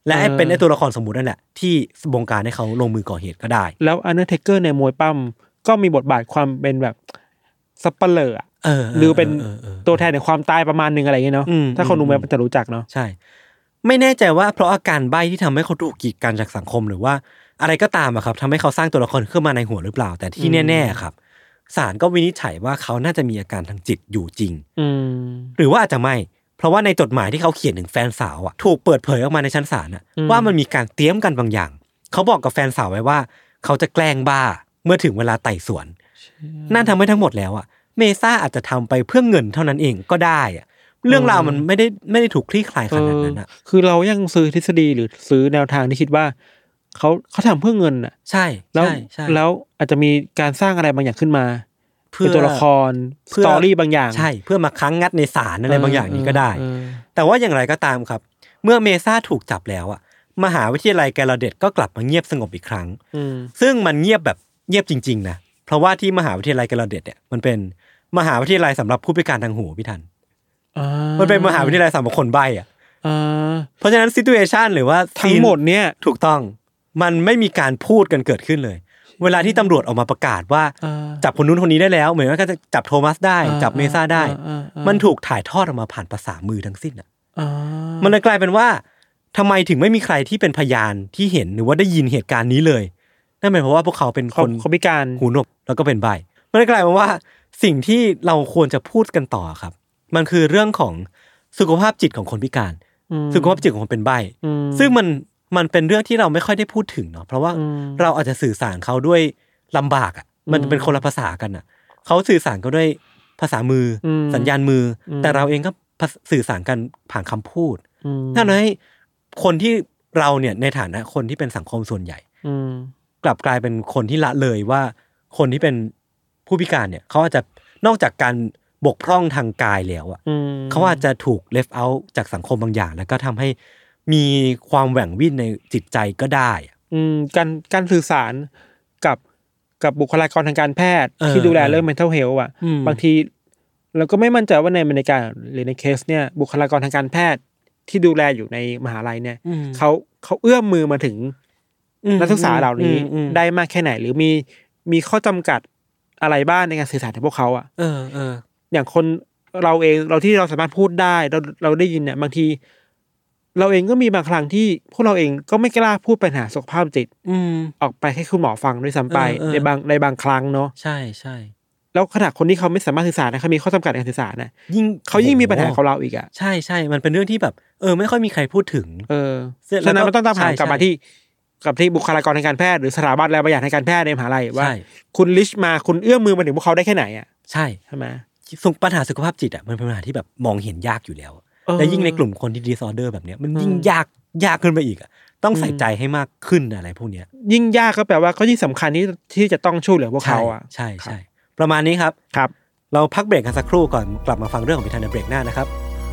และเป็นไอ้ตัวละครสมมุตินั่นแหละที่บงการให้เขาลงมือก่อเหตุก็ได้แล้วอันเดอร์เทเกอร์ในมวยปั้มก็มีบทบาทความเป็นแบบซัปเปอร์เลอร์หรือเป็นตัวแทนในความตายประมาณนึงอะไรอย่างเงี้ยเนาะถ้าคนดูมันจะรู้จักเนาะใช่ไม่แน่ใจว่าเพราะอาการใบ้ที่ทำให้เขาถูกกีดกันจากสังคมหรือว่าอะไรก็ตามอะครับทำให้เขาสร้างตัวละครขึ้นมาในหัวหรือเปล่าแต่ที่แน่ๆครับศาลก็วินิจฉัยว่าเขาน่าจะมีอาการทางจิตอยู่จริงหรือว่าอาจจะไม่เพราะว่าในจดหมายที่เขาเขียนถึงแฟนสาวอะถูกเปิดเผยออกมาในชั้นศาลว่ามันมีการเตรียมกันบางอย่างเขาบอกกับแฟนสาวไว้ว่าเขาจะแกล้งบ้าเมื่อถึงเวลาไต่สวนนั่นทำให้ทั้งหมดแล้วเมซ่าอาจจะทำไปเพื่อเงินเท่านั้นเองก็ได้เรื่องราวมันไม่ได้ถูกคลี่คลายขนาดนั้นคือเรายังซื้อทฤษฎีหรือซื้อแนวทางที่คิดว่าเขาทำเพื่อเงินใช่แล้วอาจจะมีการสร้างอะไรบางอย่างขึ้นมาเป็นตัวละครสตอรี่บางอย่างใช่เพื่อมาค้างงัดในศาลอะไรบางอย่างนี้ก็ได้แต่ว่าอย่างไรก็ตามครับเมื่อเมซ่าถูกจับแล้วมหาวิทยาลัยแกลาเดตก็กลับมาเงียบสงบอีกครั้งซึ่งมันเงียบแบบเงียบจริงๆนะเพราะว่าที่มหาวิทยาลัยแกลาเดตเนี่ยมันเป็นมหาวิทยาลัยสำหรับผู้พิการทางหูพี่ทันมันเป็นมหาวิทยาลัยสำหรับคนใบ้เพราะฉะนั้นซิทูเอชันหรือว่าทั้งหมดเนี่ยถูกต้องมันไม่มีการพูดกันเกิดขึ้นเลยเวลาที่ตำรวจออกมาประกาศว่าจับคนนู้นคนนี้ได้แล้วเหมือนว่าก็จะจับโทมัสได้จับเมซ่าได้มันถูกถ่ายทอดออกมาผ่านภาษามือทั้งสิ้นมันเลยกลายเป็นว่าทำไมถึงไม่มีใครที่เป็นพยานที่เห็นหรือว่าได้ยินเหตุการณ์นี้เลยนั่นเป็นเพราะว่าพวกเขาเป็นคนพิการหูหนวกแล้วก็เป็นใบ้มันเลยกลายเป็นว่าสิ่งที่เราควรจะพูดกันต่อครับมันคือเรื่องของสุขภาพจิตของคนพิการสุขภาพจิตของคนเป็นใบ้ซึ่งมันเป็นเรื่องที่เราไม่ค่อยได้พูดถึงเนาะเพราะว่าเราอาจจะสื่อสารเขาด้วยลำบากมันเป็นคนละภาษากันเขาสื่อสารเขาด้วยภาษามือสัญญาณมือแต่เราเองก็สื่อสารกันผ่านคำพูดนั่นทำให้คนที่เราเนี่ยในฐานะคนที่เป็นสังคมส่วนใหญ่กลับกลายเป็นคนที่ละเลยว่าคนที่เป็นผู้พิการเนี่ยเขาอาจจะนอกจากการบกพร่องทางกายแล้วเขาอาจจะถูก left out จากสังคมบางอย่างแล้วก็ทำให้มีความแหว่งวิ่นในจิตใจก็ได้การสื่อสารกับบุคลากรทางการแพทย์ที่ดูแลเรื่อง mental health บางทีเราก็ไม่มั่นใจว่าในอเมริกาหรือในเคสเนี่ยบุคลากรทางการแพทย์ที่ดูแลอยู่ในมหาลัยเนี่ยเขาเอื้อมมือมาถึงนักศึกษาเหล่านี้ได้มากแค่ไหนหรือมีข้อจำกัดอะไรบ้างในการสื่อสารกับพวกเขาอย่างคนเราเองเราที่เราสามารถพูดได้เราได้ยินเนี่ยบางทีเราเองก็มีบางครั้งที่พวกเราเองก็ไม่กล้าพูดปัญหาสุขภาพจิตออกไปให้คุณหมอฟังด้วยซ้ำไปในบางครั้งเนาะใช่ใช่แล้วขณะคนที่เขาไม่สามารถสื่อสารนะเขามีข้อจำกัดในการสื่อสารนะยิ่งมีปัญหาของเราอีกใช่ใช่มันเป็นเรื่องที่แบบไม่ค่อยมีใครพูดถึงฉะนั้นมันต้องตามหากลับมาที่บุคลากรทางการแพทย์หรือสถาบันอะไรบางอย่างทางการแพทย์ในมหาลัยว่าคุณลิชมาคุณเอื้อมมือมาถึงพวกเขาได้แค่ไหนใช่ไหมปัญหาสุขภาพจิตมันเป็นปัญหาที่แบบมองเห็นยากอยู่แล้วและยิ่งในกลุ่มคนที่ disorder แบบนี้มันยิ่งยากขึ้นไปอีกต้องใส่ใจให้มากขึ้นอะไรพวกนี้ยิ่งยากก็แปลว่าก็ยิ่งสำคัญที่จะต้องช่วยเหลือพวกเขาใช่ใช่ประมาณนี้ครับเราพักเบรกกันสักครู่ก่อนกลับมาฟังเรื่องของพิธันในเบรกหน้านะครับ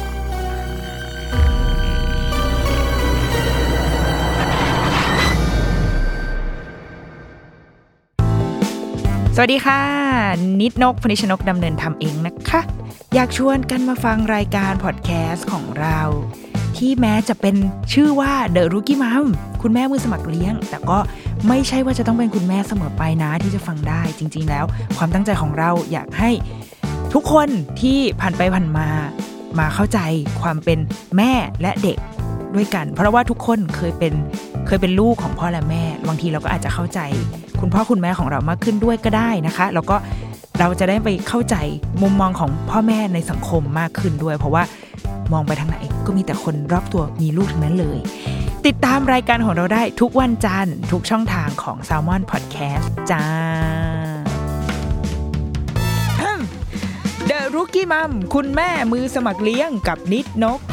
สวัสดีค่ะนิดนกพนิชนกดำเนินทำเองนะคะอยากชวนกันมาฟังรายการพอดแคสต์ของเราที่แม้จะเป็นชื่อว่า The Rookie Mom คุณแม่มือสมัครเลี้ยงแต่ก็ไม่ใช่ว่าจะต้องเป็นคุณแม่เสมอไปนะที่จะฟังได้จริงๆแล้วความตั้งใจของเราอยากให้ทุกคนที่ผ่านไปผ่านมาเข้าใจความเป็นแม่และเด็กด้วยกันเพราะว่าทุกคนเคยเป็นลูกของพ่อและแม่บางทีเราก็อาจจะเข้าใจคุณพ่อคุณแม่ของเรามากขึ้นด้วยก็ได้นะคะแล้วก็เราจะได้ไปเข้าใจมุมมองของพ่อแม่ในสังคมมากขึ้นด้วยเพราะว่ามองไปทางไหนก็มีแต่คนรอบตัวมีลูกทั้งนั้นเลยติดตามรายการของเราได้ทุกวันจันทร์ทุกช่องทางของ Salmon Podcast จ้า The Rookie Mom คุณแม่มือสมัครเลี้ยงกับนิดนก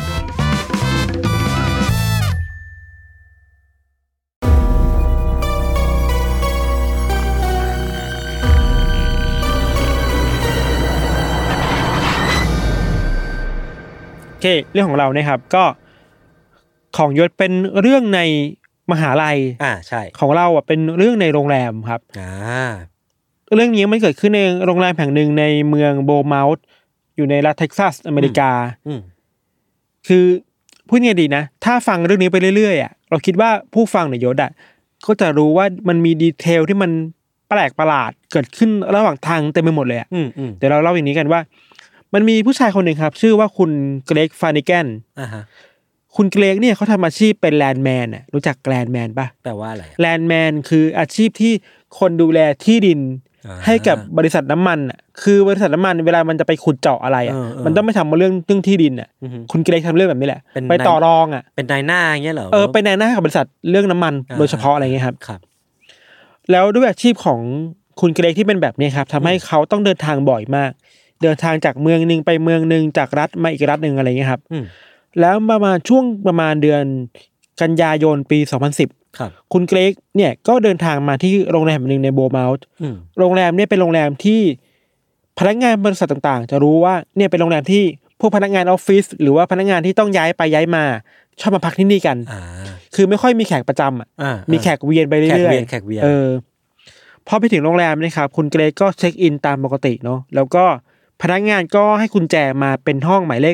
โอเคเรื่องของเราเนี่ยครับก็ของยศเป็นเรื่องในมหาลัยใช่ของเราเป็นเรื่องในโรงแรมครับเรื่องนี้มันเกิดขึ้นในโรงแรมแห่งหนึ่งในเมืองโบว์เมาท์อยู่ในรัฐเท็กซัสอเมริกาคือพูดไงดีนะถ้าฟังเรื่องนี้ไปเรื่อยๆอ่ะเราคิดว่าผู้ฟังในยศอ่ะก็จะรู้ว่ามันมีดีเทลที่มันแปลกประหลาดเกิดขึ้นระหว่างทางเต็มไปหมดเลยอ่ะเดี๋ยวเราเล่าอย่างนี้กันว่ามันมีผู้ชายคนหนึ่งครับชื่อว่าคุณเกรกฟานิแกนคุณเกรกเนี่ยเขาทำอาชีพเป็นแลนด์แมนอ่ะรู้จักแลนด์แมนป่ะแปลว่าอะไรแลนด์แมนคืออาชีพที่คนดูแลที่ดินให้กับบริษัทน้ำมันอ่ะคือบริษัทน้ำมันเวลามันจะไปขุดเจาะอะไรอ่ะมันต้องไม่ทำเรื่องที่ดินอ่ะคุณเกรกทำเรื่องแบบนี้แหละไปต่อรองอ่ะเป็นนายหน้าอย่างเงี้ยเหรอเป็นนายหน้ากับบริษัทเรื่องน้ำมันโดยเฉพาะอะไรเงี้ยครับแล้วด้วยอาชีพของคุณเกรกที่เป็นแบบนี้ครับทำให้เขาต้องเดินทางบ่อยมากเดินทางจากเมืองนึงไปเมืองนึงจากรัฐมาอีกรัฐนึงอะไรเงี้ยครับแล้วช่วงประมาณเดือนกันยายนปี2010คุณเกรกเนี่ยก็เดินทางมาที่โรงแรมแห่งหนึ่งในโบมาส์โรงแรมเนี่ยเป็นโรงแรมที่พนักงานบริษัทต่างๆจะรู้ว่าเนี่ยเป็นโรงแรมที่พวกพนักงานออฟฟิศหรือว่าพนักงานที่ต้องย้ายไปย้ายมาชอบมาพักที่นี่กันคือไม่ค่อยมีแขกประจำอ่ะมีแขกเวียนไปเรื่อยๆพอไปถึงโรงแรมนะครับคุณเกรกก็เช็คอินตามปกติเนาะแล้วก็พนักงานก็ให้กุญแจมาเป็นห้องหมายเลข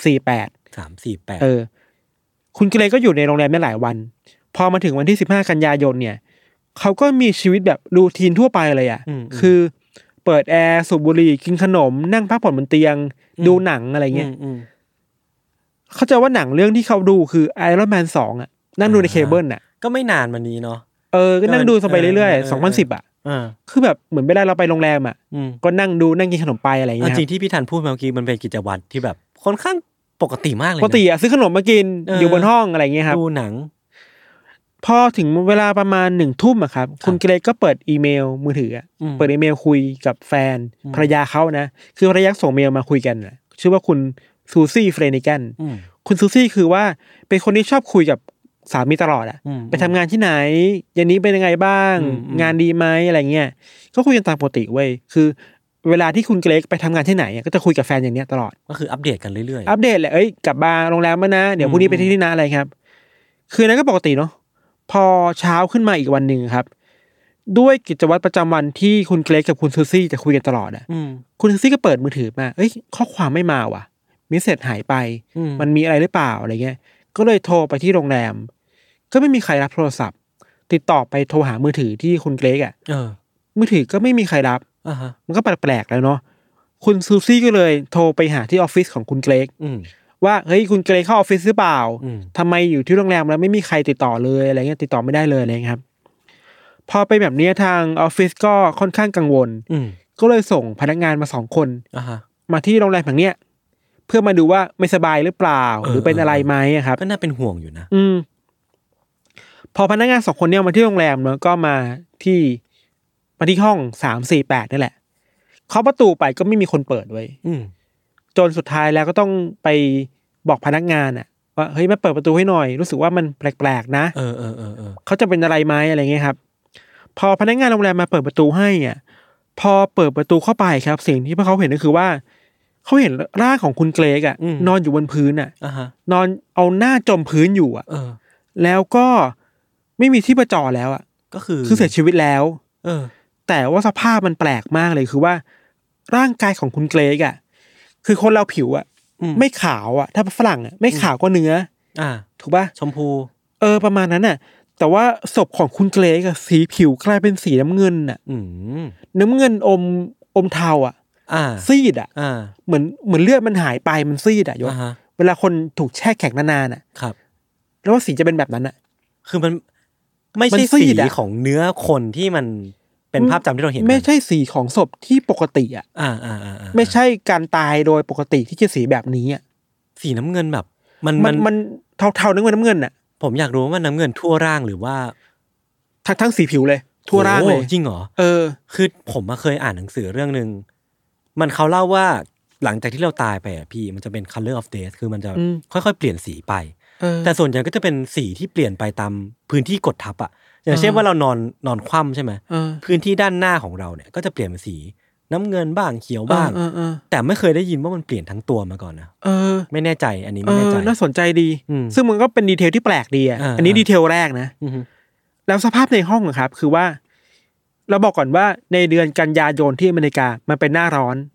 348คุณเกรกก็อยู่ในโรงแรมได้หลายวันพอมาถึงวันที่15กันยายนเนี่ยเขาก็มีชีวิตแบบรูทีนทั่วไปเลยอ่ะคือเปิดแอร์สูบบุหรี่กินขนมนั่งพักผ่อนบนเตียงดูหนังอะไรเงี้ยเขาจะว่าหนังเรื่องที่เขาดูคือ Iron Man 2อ่ะนั่งดูในเคเบิลน่ะก็ไม่นานมานี้เนาะก็นั่งดูไปเรื่อยๆ2010อ่ะคือแบบเหมือนเวลาเราไปโรงแรมอ่ะก็นั่งดูนั่งกินขนมไปอะไรเงี้ยจริงที่พี่ธันพูดเมื่อกี้มันเป็นกิจวัตรที่แบบค่อนข้างปกติมากเลยปกติอ่ะซื้อขนมมากินอยู่บนห้องอะไรเงี้ยครับดูหนังพอถึงเวลาประมาณ19:00อ่ะครับคุณเกรกก็เปิดอีเมลมือถือเปิดอีเมลคุยกับแฟนภรรยาเขานะคือภรรยาส่งเมลมาคุยกันน่ะชื่อว่าคุณซูซี่เฟรนิแกนคุณซูซี่คือว่าเป็นคนที่ชอบคุยกับสามีตลอดอ่ะไปทำงานที่ไหนอย่างนี้เป็นยังไงบ้างงานดีไหมอะไรเงี้ยก็คุยกันตามปกติเว้ยคือเวลาที่คุณเกรกไปทำงานที่ไหนก็จะคุยกับแฟนอย่างเนี้ยตลอดก็คืออัปเดตกันเรื่อยๆอัปเดตแหละกลับมาโรงแรมมานะเดี๋ยวพรุ่งนี้ไปที่นี่นะอะไรครับคือนั้นก็ปกติเนาะพอเช้าขึ้นมาอีกวันหนึ่งครับด้วยกิจวัตรประจำวันที่คุณเกรกกับคุณซูซี่จะคุยกันตลอดอ่ะคุณซูซี่ก็เปิดมือถือมาข้อความไม่มาว่ะมิสเสจหายไปมันมีอะไรหรือเปล่าอะไรเงี้ยก็เลยโทรไปที่โรงแรมก็ไม่มีใครรับโทรศัพท์ติดต่อไปโทรหามือถือที่คุณเกรกอ่ะมือถือก็ไม่มีใครรับมันก็แปลกๆแล้วเนาะคุณซูซี่ก็เลยโทรไปหาที่ออฟฟิศของคุณเกรกว่าเฮ้ยคุณเกรกเข้าออฟฟิศหรือเปล่าทำไมอยู่ที่โรงแรมแล้วไม่มีใครติดต่อเลยอะไรเงี้ยติดต่อไม่ได้เลยอะไรเงี้ยครับพอไปแบบนี้ทางออฟฟิศก็ค่อนข้างกังวลก็เลยส่งพนักงานมา2 คนมาที่โรงแรมแห่งเนี้ยเพื่อมาดูว่าไม่สบายหรือเปล่าหรือเป็นอะไรไหมครับก็น่าเป็นห่วงอยู่นะพอพนักงาน2 คนเนี้ยมาที่โรงแรมเนาะก็มาที่ห้อง348นี่แหละเคาะประตูไปก็ไม่มีคนเปิดไว้จนสุดท้ายแล้วก็ต้องไปบอกพนักงานอ่ะว่าเฮ้ยมาเปิดประตูให้หน่อยรู้สึกว่ามันแปลกๆนะเขาจะเป็นอะไรไหมอะไรเงี้ยครับพอพนักงานโรงแรมมาเปิดประตูให้อ่ะพอเปิดประตูเข้าไปครับสิ่งที่พวกเขาเห็นก็คือว่าเขาเห็นร่างของคุณเกรกอ่ะนอนอยู่บนพื้นอ่ะนอนเอาหน้าจมพื้นอยู่อ่ะแล้วก็ไม่มีที่ประจรแล้วอ่ะก็คือเสียชีวิตแล้วแต่ว่าสภาพมันแปลกมากเลยคือว่าร่างกายของคุณเกรกอ่ะคือคนเราผิวอ่ะไม่ขาวอ่ะถ้าเป็นฝรั่งอ่ะไม่ขาวกว่าเนื้อถูกป่ะชมพูประมาณนั้นน่ะแต่ว่าศพของคุณเกรกอ่ะสีผิวกลายเป็นสีน้ำเงินอ่ะน้ำเงินอมเทาอ่ะซีดอ่ะเหมือนเลือดมันหายไปมันซีดอ่ะยศเวลาคนถูกแช่แข็งนานๆอ่ะครับแล้วว่าสีจะเป็นแบบนั้นอ่ะคือมันไม่ใช่สีของเนื้อคนที่มันเป็นภาพจำที่เราเห็นไม่ใช่สีของศพที่ปกติอ่ะไม่ใช่การตายโดยปกติที่จะสีแบบนี้อ่ะสีน้ำเงินแบบมันเทาๆน้ำเงินอ่ะผมอยากรู้ว่าน้ำเงินทั่วร่างหรือว่าทั้งสีผิวเลยทั่วร่างเลยจริงเหรอคือผมเคยอ่านหนังสือเรื่องนึงมันเขาเล่าว่าหลังจากที่เราตายไปอ่ะพี่มันจะเป็น color of death คือมันจะค่อยๆเปลี่ยนสีไปแต่ส่วนใหญ่ก็จะเป็นสีที่เปลี่ยนไปตามพื้นที่กดทับอ่ะอย่างเช่นว่าเรานอนคว่ำใช่ไหมพื้นที่ด้านหน้าของเราเนี่ยก็จะเปลี่ยนเป็นสีน้ำเงินบ้างเขียวบ้างแต่ไม่เคยได้ยินว่ามันเปลี่ยนทั้งตัวมาก่อนนะไม่แน่ใจอันนี้ไม่แน่ใจน่าสนใจดีซึ่งมันก็เป็นดีเทลที่แปลกดีอ่ะอันนี้ดีเทลแรกนะแล้วสภาพในห้องครับคือว่าเราบอกก่อนว่าในเดือนกันยายนที่อเมริกามันเป็นหน้าร้อน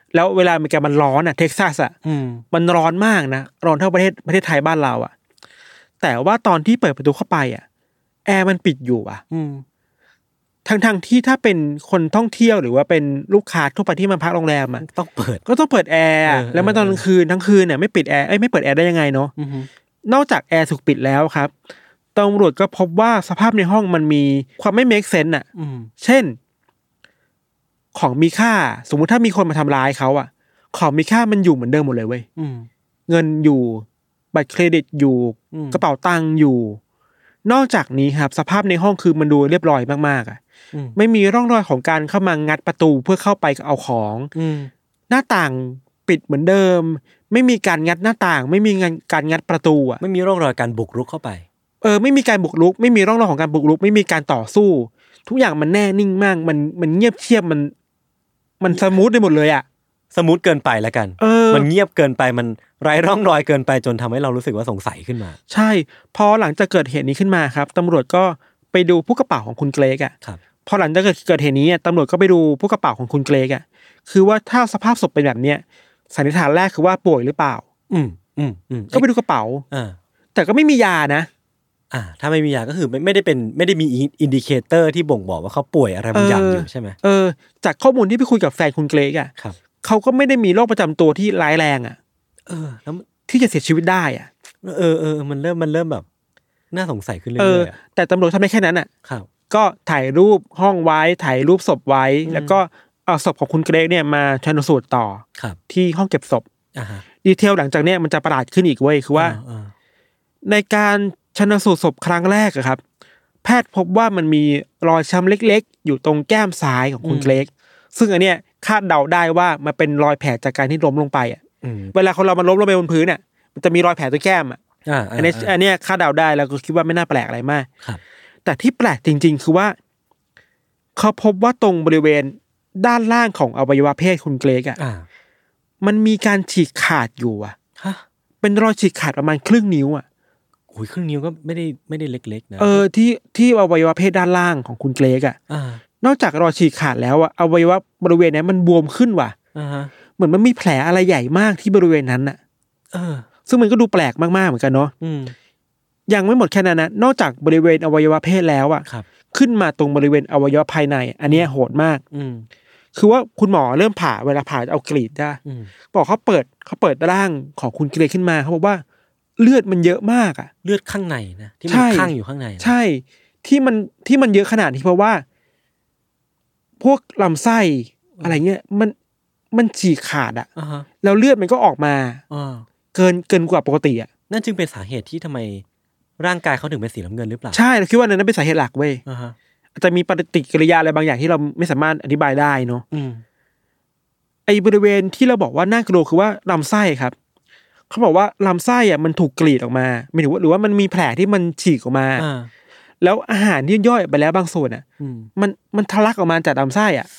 แล้วเวลาอเมริกามันร้อนอ่ะเท็กซัสอ่ะมันร้อนมากนะร้อนเท่าประเทศไทยบ้านเราอ่ะแต่ว่าตอนที่เปิดประตูเข้าไปอ่ะแอร์มันปิดอยู่อ่ะทั้งที่ถ้าเป็นคนท่องเที่ยวหรือว่าเป็นลูกค้าทั่วไปที่มาพักโรงแรมอ่ะต้องเปิดก็ต้องเปิดแอร์แล้วมาตอนกลางคืนทั้งคืนเนี่ยไม่ปิดแอร์ไม่เปิดแอร์ได้ยังไงเนาะนอกจากแอร์ถูกปิดแล้วครับตำรวจก็พบว่าสภาพในห้องมันมีความไม่เมคเซนส์อ่ะเช่นของมีค่าสมมุติถ้ามีคนมาทำร้ายเขาอ่ะของมีค่ามันอยู่เหมือนเดิมหมดเลยเว้ยเงินอยู่บัตรเครดิตอยู่กระเป๋าตังค์อยู่นอกจากนี้ครับสภาพในห้องคือมันดูเรียบร้อยมากๆอ่ะไม่มีร่องรอยของการเข้ามางัดประตูเพื่อเข้าไปเอาของหน้าต่างปิดเหมือนเดิมไม่มีการงัดหน้าต่างไม่มีการงัดประตูอ่ะไม่มีร่องรอยการบุกรุกเข้าไปไม่มีการบุกรุกไม่มีร่องรอยของการบุกรุกไม่มีการต่อสู้ทุกอย่างมันแน่นิ่งมากมันเงียบเชียบมันสมูทไปหมดเลยอ่ะสมูทเกินไปแล้วกันมันเงียบเกินไปมันไร้ร่องรอยเกินไปจนทำให้เรารู้สึกว่าสงสัยขึ้นมาใช่พอหลังจากเกิดเหตุนี้ขึ้นมาครับตำรวจก็ไปดูพวกกระเป๋าของคุณเกรกอ่ะพอหลังจากเกิดเหตุนี้ตำรวจก็ไปดูพวกกระเป๋าของคุณเกรกอ่ะคือว่าถ้าสภาพศพเป็นแบบเนี้ยสันนิษฐานแรกคือว่าป่วยหรือเปล่าก็ไปดูกระเป๋าแต่ก็ไม่มียานะถ้าไม่มียาก็คือไม่ได้มีอินดิเคเตอร์ที่บ่งบอกว่าเขาป่วยอะไรบางอย่างอยู่ใช่ไหมจากข้อมูลที่ไปคุยกับแฟนคุณเกรกอ่ะเขาก็ไม่ได้มีโรคประจำตัวที่ร้ายแรงอ่ะแล้วที่จะเสียชีวิตได้อ่ะมันเริ่มแบบน่าสงสัยขึ้นเรื่อยๆแต่ตำรวจทำได้แค่นั้นอ่ะครับก็ถ่ายรูปห้องไว้ถ่ายรูปศพไว้แล้วก็เอาศพของคุณเกรกเนี่ยมาชันสูตรต่อที่ห้องเก็บศพดีเทลหลังจากเนี้ยมันจะประหลาดขึ้นอีกเว้ยคือว่าในการชันสูตรศพครั้งแรกอะครับแพทย์พบว่ามันมีรอยช้ำเล็กๆอยู่ตรงแก้มซ้ายของคุณเกรกซึ่งอันเนี้ยคาดเดาได้ว่ามันเป็นรอยแผลจากการที่ล้มลงไปอ่ะเวลาคนเรามันล้มลงไปบนพื้นเนี่ยมันจะมีรอยแผลตรงแก้มอ่ะอันนี้คาดเดาได้แล้วก็คิดว่าไม่น่าแปลกอะไรมากแต่ที่แปลกจริงๆคือว่าเขาพบว่าตรงบริเวณด้านล่างของอวัยวะเพศคุณเกรกอ่ะมันมีการฉีกขาดอยู่อ่ะเป็นรอยฉีกขาดประมาณครึ่งนิ้วอ่ะโอ้ยครึ่งนิ้วก็ไม่ได้เล็กๆนะที่อวัยวะเพศด้านล่างของคุณเกรกอ่ะนอกจากรอยฉีกขาดแล้วอ่ะอวัยวะบริเวณนี้มันบวมขึ้นว่ะเหมือนมันมีแผลอะไรใหญ่มากที่บริเวณนั้นอ่ะซึ่งมันก็ดูแปลกมากๆเหมือนกันเนาะยังไม่หมดแค่นั้นนะนอกจากบริเวณอวัยวะเพศแล้วอ่ะขึ้นมาตรงบริเวณอวัยวะภายในอันนี้โหดมากคือว่าคุณหมอเริ่มผ่าเวลาผ่าเอากรีดได้บอกเขาเปิดร่างของคุณเกรกขึ้นมาเขาบอกว่าเลือดมันเยอะมากอ่ะเลือดข้างในนะที่มันข้างอยู่ข้างในใช่ที่มันเยอะขนาดนี้เพราะว่าพวกลำไส้อะไรเงี้ยมันฉีกขาดอ่ะแล้วเลือดมันก็ออกมาเกินกว่าปกติอ่ะนั่นจึงเป็นสาเหตุที่ทำไมร่างกายเขาถึงเป็นสีน้ำเงินหรือเปล่าใช่เราคิดว่านั้นเป็นสาเหตุหลักเว้ยอาจจะมีปฏิกิริยาอะไรบางอย่างที่เราไม่สามารถอธิบายได้เนาะไอบริเวณที่เราบอกว่าน่ากลัวคือว่าลำไส้ครับเขาบอกว่าลำไส้อ่ะมันถูกกรีดออกมาไม่ถือว่าหรือว่ามันมีแผลที่มันฉีกออกมาแล้วอาหารที่ย่อยไปแล้วบางส่วนอ่ะมันทะลักออกมาจากลำไส้อ่ะ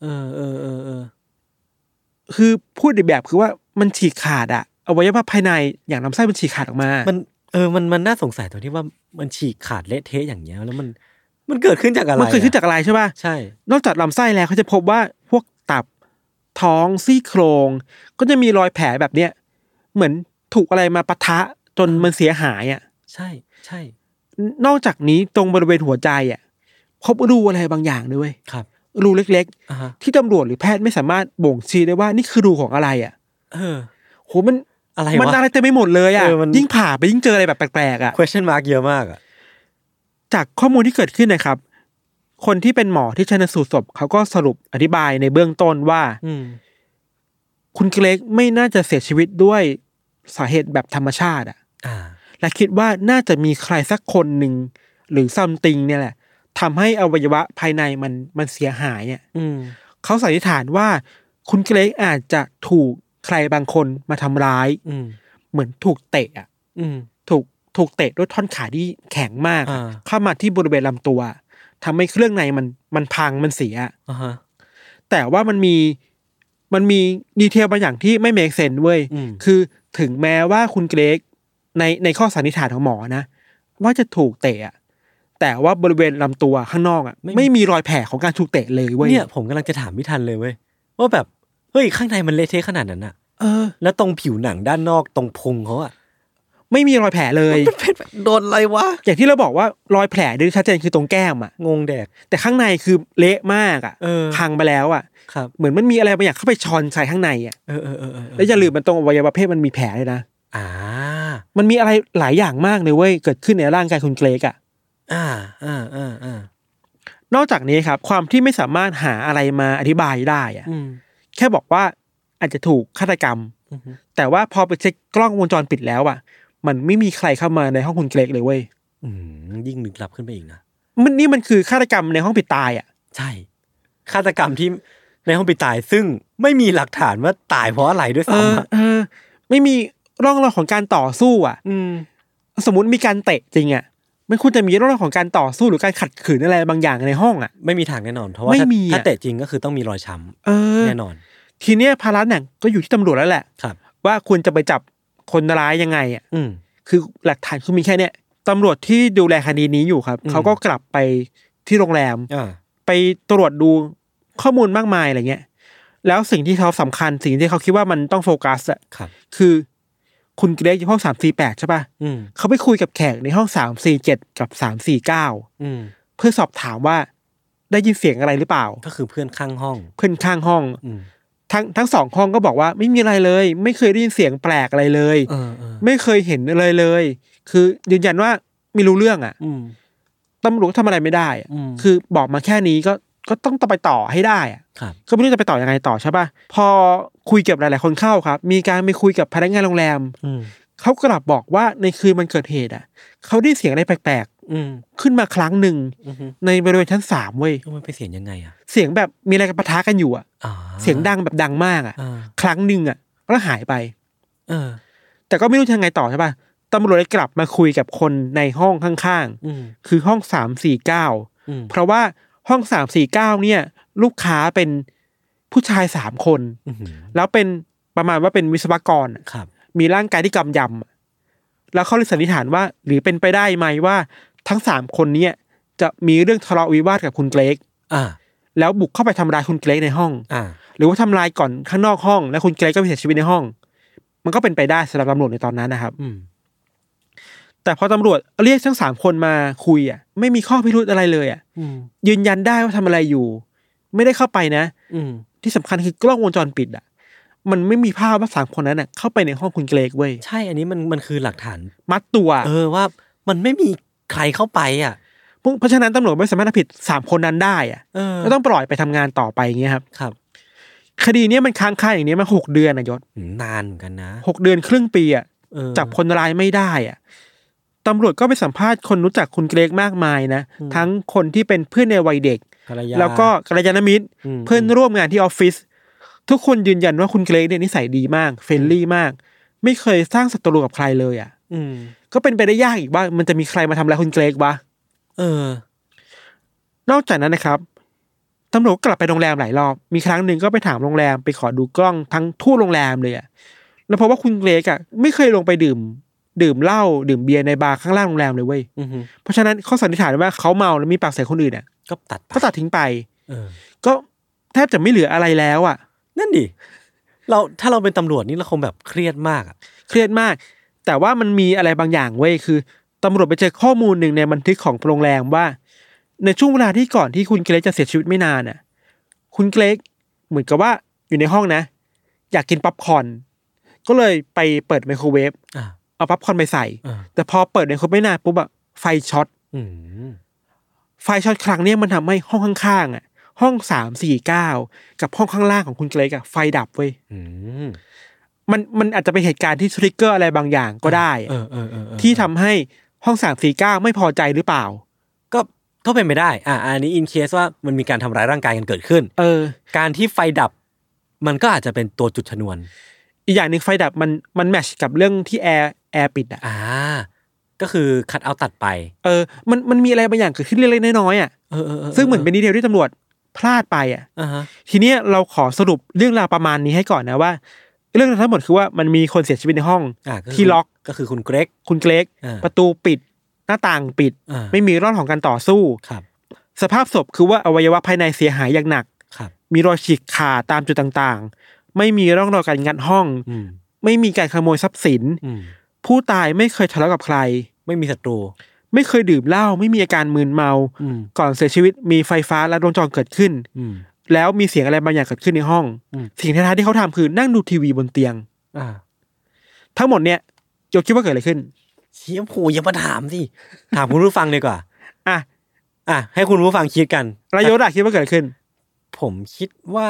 คือพูดอีกแบบคือว่ามันฉีกขาดอ่ะอวัยวะภายในอย่างลำไส้มันฉีกขาดออกมามันน่าสงสัยตรงที่ว่ามันฉีกขาดเละเทะอย่างเงี้ยแล้วมันเกิดขึ้นจากอะไรมันเกิดขึ้นจากอะไรใช่ป่ะใช่นอกจากลำไส้แล้วเขาจะพบว่าพวกตับท้องซี่โครงก็จะมีรอยแผลแบบเนี้ยเหมือนถูกอะไรมาปะทะจนมันเสียหายอ่ะใช่ใช่นอกจากนี้ตรงบริเวณหัวใจอ่ะพบรูอะไรบางอย่างด้วยครับรูเล็กๆที่ตำรวจหรือแพทย์ไม่สามารถบ่งชี้ได้ว่านี่คือรูของอะไรอ่ะโหมันอะไรเต็มไปหมดเลยอ่ะยิ่งผ่าไปยิ่งเจออะไรแบบแปลกๆอ่ะ question mark เยอะมากอ่ะจากข้อมูลที่เกิดขึ้นนะครับคนที่เป็นหมอที่ชันสูตรศพเขาก็สรุปอธิบายในเบื้องต้นว่าคุณเกรกไม่น่าจะเสียชีวิตด้วยสาเหตุแบบธรรมชาติอ่ะและคิดว่าน่าจะมีใครสักคนหนึ่งหรือซัมติงเนี่ยแหละทำให้อวัยวะภายในมันเสียหายเนี่ยเขาสันนิษฐานว่าคุณเกรกอาจจะถูกใครบางคนมาทำร้ายเหมือนถูกเตะอ่ะถูกเตะด้วยท่อนขาที่แข็งมากเข้ามาที่บริเวณลำตัวทำให้เครื่องในมันพังมันเสียแต่ว่ามันมีดีเทลบางอย่างที่ไม่เมคเซนส์เว้ยคือถึงแม้ว่าคุณเกรกในข้อสันนิษฐานของหมอนะว่าจะถูกเตะแต่ว่าบริเวณลำตัวข้างนอกไม่มีรอยแผลของการถูกเตะเลยเว้ยเนี่ยผมกำลังจะถามพี่ทันเลยเว้ยว่าแบบเฮ้ยข้างในมันเละเทะขนาดนั้นอ่ะแล้วตรงผิวหนังด้านนอกตรงพุงเขาอ่ะไม่มีรอยแผลเลยโดนอะไรวะอย่างที่เราบอกว่ารอยแผลที่ชัดเจนคือตรงแก้มอ่ะงงแดกแต่ข้างในคือเละมากอ่ะพังไปแล้วอ่ะเหมือนมันมีอะไรบางอย่างเข้าไปชอนใส่ข้างในอ่ะแล้วอย่าลืมมันตรงอวัยวะเพศมันมีแผลเลยนะมันมีอะไรหลายอย่างมากเลยเว้ยเกิดขึ้นในร่างกายคุณเกรกอ่ะนอกจากนี้ครับความที่ไม่สามารถหาอะไรมาอธิบายได้อ่ะแค่บอกว่าอาจจะถูกฆาตกรรมแต่ว่าพอไปเช็คกล้องวงจรปิดแล้วอ่ะมันไม่มีใครเข้ามาในห้องคุณเกรกเลยเว้ยยิ่งลึกลับขึ้นไปอีกนะมันคือฆาตกรรมในห้องปิดตายอ่ะใช่ฆาตกรรมที่ในห้องปิดตายซึ่งไม่มีหลักฐานว่าตายเพราะอะไรด้วยซ้ำไม่มีร่องรอยของการต่อสู้อ่ะสมมุติมีการเตะจริงอ่ะมันควรจะมีร่องรอยของการต่อสู้หรือการขัดขืนอะไรบางอย่างในห้องอ่ะไม่มีทางแน่นอนเพราะว่าถ้าเตะจริงก็คือต้องมีรอยช้ำแน่นอนทีเนี้ยภาระหนักก็อยู่ที่ตำรวจแล้วแหละว่าคุณจะไปจับคนร้ายยังไงอ่ะคือหลักฐานคือมีแค่เนี้ยตำรวจที่ดูแลคดีนี้อยู่ครับเขาก็กลับไปที่โรงแรมไปตรวจดูข้อมูลมากมายอะไรเงี้ยแล้วสิ่งที่เขาสำคัญสิ่งที่เขาคิดว่ามันต้องโฟกัสอ่ะคือคุณเกรกอยู่ห้อง348ใช่ป่ะเขาไปคุยกับแขกในห้อง347กับ349เพื่อสอบถามว่าได้ยินเสียงอะไรหรือเปล่าก็คือเพื่อนข้างห้องทั้งสองห้องก็บอกว่าไม่มีอะไรเลยไม่เคยได้ยินเสียงแปลกอะไรเลยไม่เคยเห็นอะไรเลยคือยืนยันว่าไม่รู้เรื่องอ่ะตำรวจทำอะไรไม่ได้คือบอกมาแค่นี้ก็ต้องไปต่อให้ได้อ่ะก็ไม่รู้จะไปต่อยังไงต่อใช่ป่ะพอคุยกับหลายๆคนเข้าครับมีการไปคุยกับพนักงานโรงแรมเขากลับบอกว่าในคืนมันเกิดเหตุอ่ะเขาได้เสียงอะไรแปลกๆขึ้นมาครั้งหนึ่งในบริเวณชั้น3เว้ยมันเป็นเสียงยังไงอ่ะเสียงแบบมีอะไรกันปะทะกันอยู่อ่ะเสียงดังแบบดังมากอ่ะครั้งหนึ่งอ่ะแล้วหายไปแต่ก็ไม่รู้ยังไงต่อใช่ป่ะตำรวจเลยกลับมาคุยกับคนในห้องข้างๆคือห้อง349เพราะว่าห้อง349เนี่ยลูกค้าเป็นผู้ชาย3คนแล้วเป็นประมาณว่าเป็นวิศวกรมีร่างกายที่กำยำแล้วเขาเลยสันนิษฐานว่าหรือเป็นไปได้ไหมว่าทั้ง3คนนี้จะมีเรื่องทะเลาะวิวาทกับคุณเกรกแล้วบุกเข้าไปทำร้ายคุณเกรกในห้องหรือว่าทำลายก่อนข้างนอกห้องแล้วคุณเกรกก็เสียชีวิตในห้องมันก็เป็นไปได้สำหรับตำรวจในตอนนั้นนะครับแต่พอตำรวจเรียกทั้ง3คนมาคุยอ่ะไม่มีข้อพิรุธอะไรเลยอ่ะยืนยันได้ว่าทำอะไรอยู่ไม่ได้เข้าไปนะที่สำคัญคือกล้องวงจรปิดอ่ะมันไม่มีภาพว่า3คนนั้นน่ะเข้าไปในห้องคุณเกรกเว้ยใช่อันนี้มันคือหลักฐานมัดตัวว่ามันไม่มีใครเข้าไปอ่ะเพราะฉะนั้นตำรวจไม่สามารถผิด3คนนั้นได้อ่ะก็ต้องปล่อยไปทำงานต่อไปอย่างเงี้ยครับคดีนี้มันค้างคาอย่างนี้มา6 เดือนนะยศนานเหมือนกันนะ 6 เดือนครึ่งปีอ่ะจับคนร้ายไม่ได้อ่ะตำรวจก็ไปสัมภาษณ์คนรู้จักคุณเกรกมากมายนะทั้งคนที่เป็นเพื่อนในวัยเด็กแล้วก็กัลยาณมิตรเพื่อนร่วมงานที่ออฟฟิศทุกคนยืนยันว่าคุณเกรกเนี่ยนิสัยดีมากเฟรนลี่มากไม่เคยสร้างศัตรูกับใครเลยอ่ะก็เป็นไปได้ยากอีกว่ามันจะมีใครมาทำร้ายคุณเกรกวะนอกจากนั้นนะครับตำรวจกลับไปโรงแรมหลายรอบมีครั้งหนึ่งก็ไปถามโรงแรมไปขอดูกล้องทั้งทั่วโรงแรมเลยอ่ะแล้วเพราะว่าคุณเกรกอ่ะไม่เคยลงไปดื่มเหล้าดื่มเบียร์ในบาร์ข้างล่างโรงแรมเลยเว้ยเพราะฉะนั้นเขาสันนิษฐานว่าเขาเมาแล้วมีปากเสียงคนอื่นอ่ะก็ตัดทิ้งไปก็แทบจะไม่เหลืออะไรแล้วอ่ะนั่นดิถ้าเราเป็นตำรวจนี่เราคงแบบเครียดมากอ่ะเครียดมากแต่ว่ามันมีอะไรบางอย่างเว้ยคือตำรวจไปเจอข้อมูลหนึ่งในบันทึกของโรงแรมว่าในช่วงเวลาที่ก่อนที่คุณเกรกจะเสียชีวิตไม่นานน่ะคุณเกรกเหมือนกับว่าอยู่ในห้องนะอยากกินป๊อปคอร์นก็เลยไปเปิดไมโครเวฟเอาป๊อปคอร์นไปใส่แต่พอเปิดไมโครเวฟไม่นานปุ๊บอะไฟช็อตไฟช็อตครั้งนี้มันทำให้ห้องข้างๆอ่ะห้อง349กับห้องข้างล่างของคุณเกรกอะไฟดับเว้ยมันอาจจะเป็นเหตุการณ์ที่ทริกเกอร์อะไรบางอย่างก็ได้ที่ทำให้ห้อง349ไม่พอใจหรือเปล่าก็เป็นไปได้อันนี้อินเคสว่ามันมีการทำร้ายร่างกายกันเกิดขึ้นการที่ไฟดับมันก็อาจจะเป็นตัวจุดชนวนอีกอย่างนึงไฟดับมันแมทช์กับเรื่องที่แอร์ปิดก็คือคัทเอาท์ตัดไปมันมีอะไรบางอย่างเกิดขึ้นเล็กๆน้อยๆอ่ะซึ่งเหมือนเป็นดีเทลที่ตำรวจพลาดไปอ่ะทีเนี้ยเราขอสรุปเรื่องราวประมาณนี้ให้ก่อนนะว่าเรื่องทั้งหมดคือว่ามันมีคนเสียชีวิตในห้องที่ล็อกก็คือคุณเกรกประตูปิดหน้าต่างปิดไม่มีร่องของการต่อสู้สภาพศพคือว่าอวัยวะภายในเสียหายอย่างหนักมีรอยฉีกขาดตามจุดต่างไม่มีร่องรอยการงัดห้องไม่มีการขโมยทรัพย์สินผู้ตายไม่เคยทะเลาะกับใครไม่มีศัตรูไม่เคยดื่มเหล้าไม่มีอาการมึนเมาก่อนเสียชีวิตมีไฟฟ้าและวงจรเกิดขึ้นแล้วมีเสียงอะไรบางอย่างเกิดขึ้นในห้องสิ่งท้ายๆที่เขาทำคือนั่งดูทีวีบนเตียงทั้งหมดเนี่ยโยคิดว่าเกิดอะไรขึ้นเชี่ยโหอย่ามาถามสิถามคุณผู้ฟังดีกว่าให้คุณผู้ฟังคิดกันระยศคิดว่าเกิดอะไรขึ้นผมคิดว่า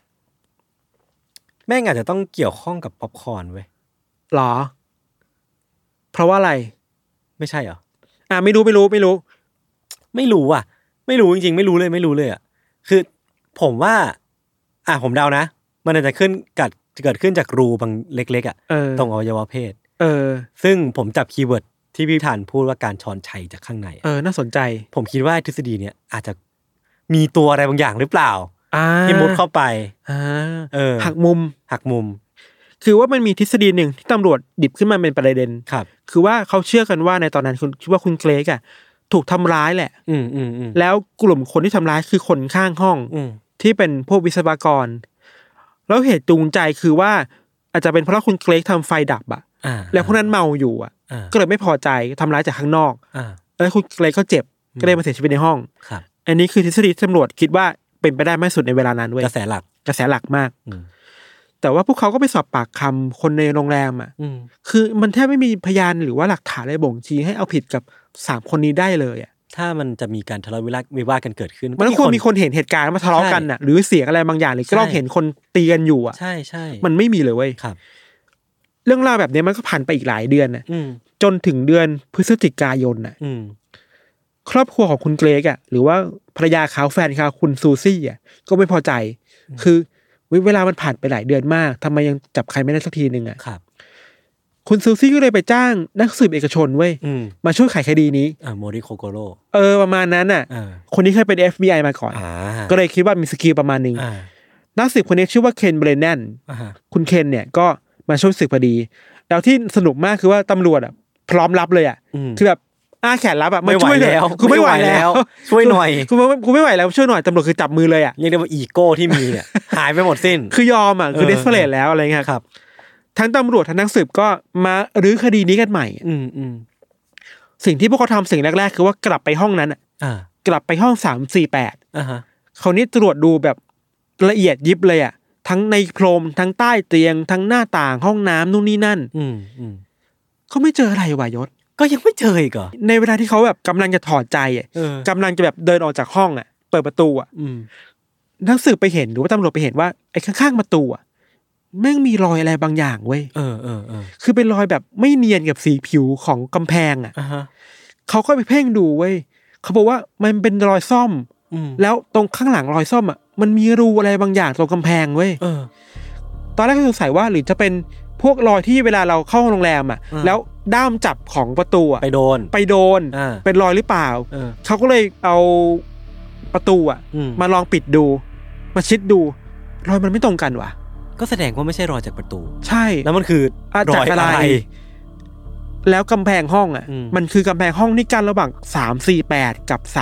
แม่งอาจจะต้องเกี่ยวข้องกับป๊อปคอร์นเว้ยหรอเพราะว่าอะไรไม่ใช่เหรอไม่รู้อ่ะไม่รู้จริงๆไม่รู้เลยอ่ะคือผมว่าผมเดานะมันอาจจะเกิดขึ้นจากรูบางเล็กๆอ่ะตรงอวัยวะเพศซึ่งผมจับคีย์เวิร์ดที่พี่ธานพูดว่าการช้อนชัยจากข้างในน่าสนใจผมคิดว่าทฤษฎีเนี้ยอาจจะมีตัวอะไรบางอย่างหรือเปล่าที่มุดเข้าไปหักมุมคือว่ามันมีทฤษฎีหนึ่งที่ตำรวจดิบขึ้นมาเป็นประเด็นคือว่าเขาเชื่อกันว่าในตอนนั้นคุณคิดว่าคุณเกรกถูกทำร้ายแหละแล้วกลุ่มคนที่ทำร้ายคือคนข้างห้องที่เป็นพวกวิศวกรแล้วเหตุจูงใจคือว่าอาจจะเป็นเพราะคุณเกรกทำไฟดับแล้วพวกนั้นเมาอยู่ก็เลยไม่พอใจทำร้ายจากข้างนอกแล้วคุณเกรกเขาเจ็บก็เลยมาเสียชีวิตในห้องอันนี้คือทฤษฎีตำรวจคิดว่าเป็นไปได้มากสุดในเวลานั้นเว้ยกระแสหลักมากแต่ว่าพวกเขาก็ไปสอบปากคำคนในโรงแรมคือมันแทบไม่มีพยานหรือว่าหลักฐานอะไรบ่งชี้ให้เอาผิดกับ3คนนี้ได้เลยถ้ามันจะมีการทะเลาะวิวาทกันเกิดขึ้นมันควรมีคนเห็นเหตุการณ์มาทะเลาะกันหรือเสียงอะไรบางอย่างหรือกล้องเห็นคนตีกันอยู่ใช่มันไม่มีเลยเว้ยเรื่องราวแบบนี้มันก็ผ่านไปอีกหลายเดือนจนถึงเดือนพฤศจิกายนครอบครัวของคุณเกรกหรือว่าภรรยาเขาแฟนเขาคุณซูซี่ก็ไม่พอใจคือเวลามันผ่านไปหลายเดือนมากทำไมยังจับใครไม่ได้สักทีนึงคุณซูซี่ก็เลยไปจ้างนักสืบเอกชนเว้ยมาช่วยไขคดีนี้โมริโคโกโร่ประมาณนั้นคนนี้เคยเป็น FBI มาก่อนก็เลยคิดว่ามีสกิลประมาณนึงนักสืบคนนี้ชื่อว่าเคนเบรแนนคุณเคนเนี่ยก็มาช่วยสืบคดีแล้วที่สนุกมากคือว่าตำรวจพร้อมรับเลยคือแบบแขนรับมาช่วยแล้วคือไม่ไหวแล้วช่วยหน่อยกูไม่ไหวแล้วช่วยหน่อยตำรวจคือจับมือเลยเรียกได้ว่าอีโก้ที่มีเนี่ยหายไปหมดสิ้นคือยอมคือเดสเพรสแล้วอะไรเงี้ยครับทั้งตำรวจทั้งนักสืบก็มารื้อคดีนี้กันใหม่สิ่งที่พวกเขาทำสิ่งแรกๆคือว่ากลับไปห้องนั้นกลับไปห้อง348คราวนี้ตรวจดูแบบละเอียดยิบเลยทั้งในโพรงทั้งใต้เตียงทั้งหน้าต่างห้องน้ำนู่นนี่นั่นเขาไม่เจออะไรวะยศก็ยังไม่เจออีกเหรอในเวลาที่เขาแบบกำลังจะถอดใจกำลังจะแบบเดินออกจากห้องเปิดประตูนักสืบไปเห็นหรือว่าตำรวจไปเห็นว่าไอ้ข้างๆประตูแม่งมีรอยอะไรบางอย่างเว้ยคือเป็นรอยแบบไม่เนียนกับสีผิวของกำแพงเขาก็ไปเพ่งดูเว้ยเขาบอกว่ามันเป็นรอยซ่อมแล้วตรงข้างหลังรอยซ่อมมันมีรูอะไรบางอย่างตรงกำแพงเว้ยตอนแรกก็สงสัยว่าหรือจะเป็นพวกรอยที่เวลาเราเข้าโรงแรมแล้วด้ามจับของประตูไปโดนเป็นรอยหรือเปล่าเขาก็เลยเอาประตูมาลองปิดดูมาชิดดูรอยมันไม่ตรงกันว่ะก็แสดงว่าไม่ใช่รอยจากประตูใช่แล้วมันคือรอยอะไรแล้วกำแพงห้องมันคือกำแพงห้องที่กั้นระหว่าง348กับ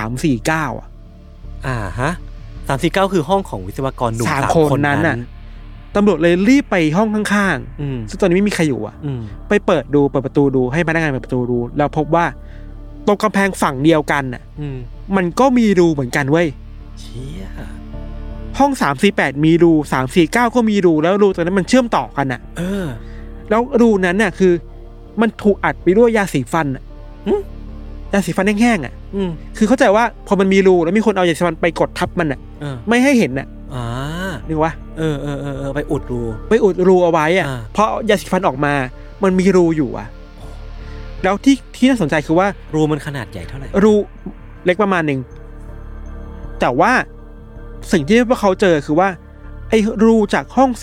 349 ฮะ349คือห้องของวิศวกรหนุ่ม3คนนั้นตำรวจเลยรีบไปห้องข้างๆซึ่งตอนนี้ไม่มีใครอยู่ไปเปิดประตูดูให้พนักงานเปิดประตูดูแล้วพบว่าตรงกำแพงฝั่งเดียวกันมันก็มีรูเหมือนกันเว้ยเชี่ยห้อง348มีรู349ก็มีรูแล้วรูตรงนั้นมันเชื่อมต่อกันแล้วรูนั้นคือมันถูกอัดไปด้วยยาสีฟันยาสีฟันแห้งๆคือเข้าใจว่าพอมันมีรูแล้วมีคนเอายาสีฟันไปกดทับมันไม่ให้เห็นนึกว่าไปอุดรูเอาไว้เพราะยาสีฟันออกมามันมีรูอยู่แล้วที่น่าสนใจคือว่ารูมันขนาดใหญ่เท่าไหร่รูเล็กประมาณนึงแต่ว่าสิ่งที่พวกเขาเจอคือว่าไอ้รูจากห้อง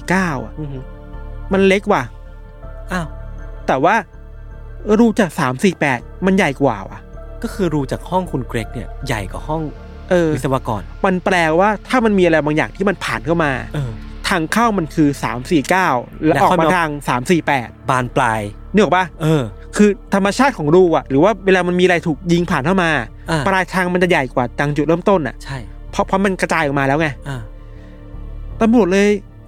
349มันเล็กว่ะแต่ว่ารูจาก348มันใหญ่กว่าก็คือรูจากห้องคุณเกรกเนี่ยใหญ่กว่าห้องวิศวกรมันแปลว่าถ้ามันมีอะไรบางอย่างที่มันผ่านเข้ามาทางเข้ามันคือ349แล้วออกมาทาง348 บานปลายนึกออกป่ะคือธรรมชาติของรูหรือว่าเวลามันมีอะไรถูกยิงผ่านเข้ามาปลายทางมันจะใหญ่กว่าทางจุดเริ่มต้นใช่เพราะมันกระจายออกมาแล้วไงตำรวจเลย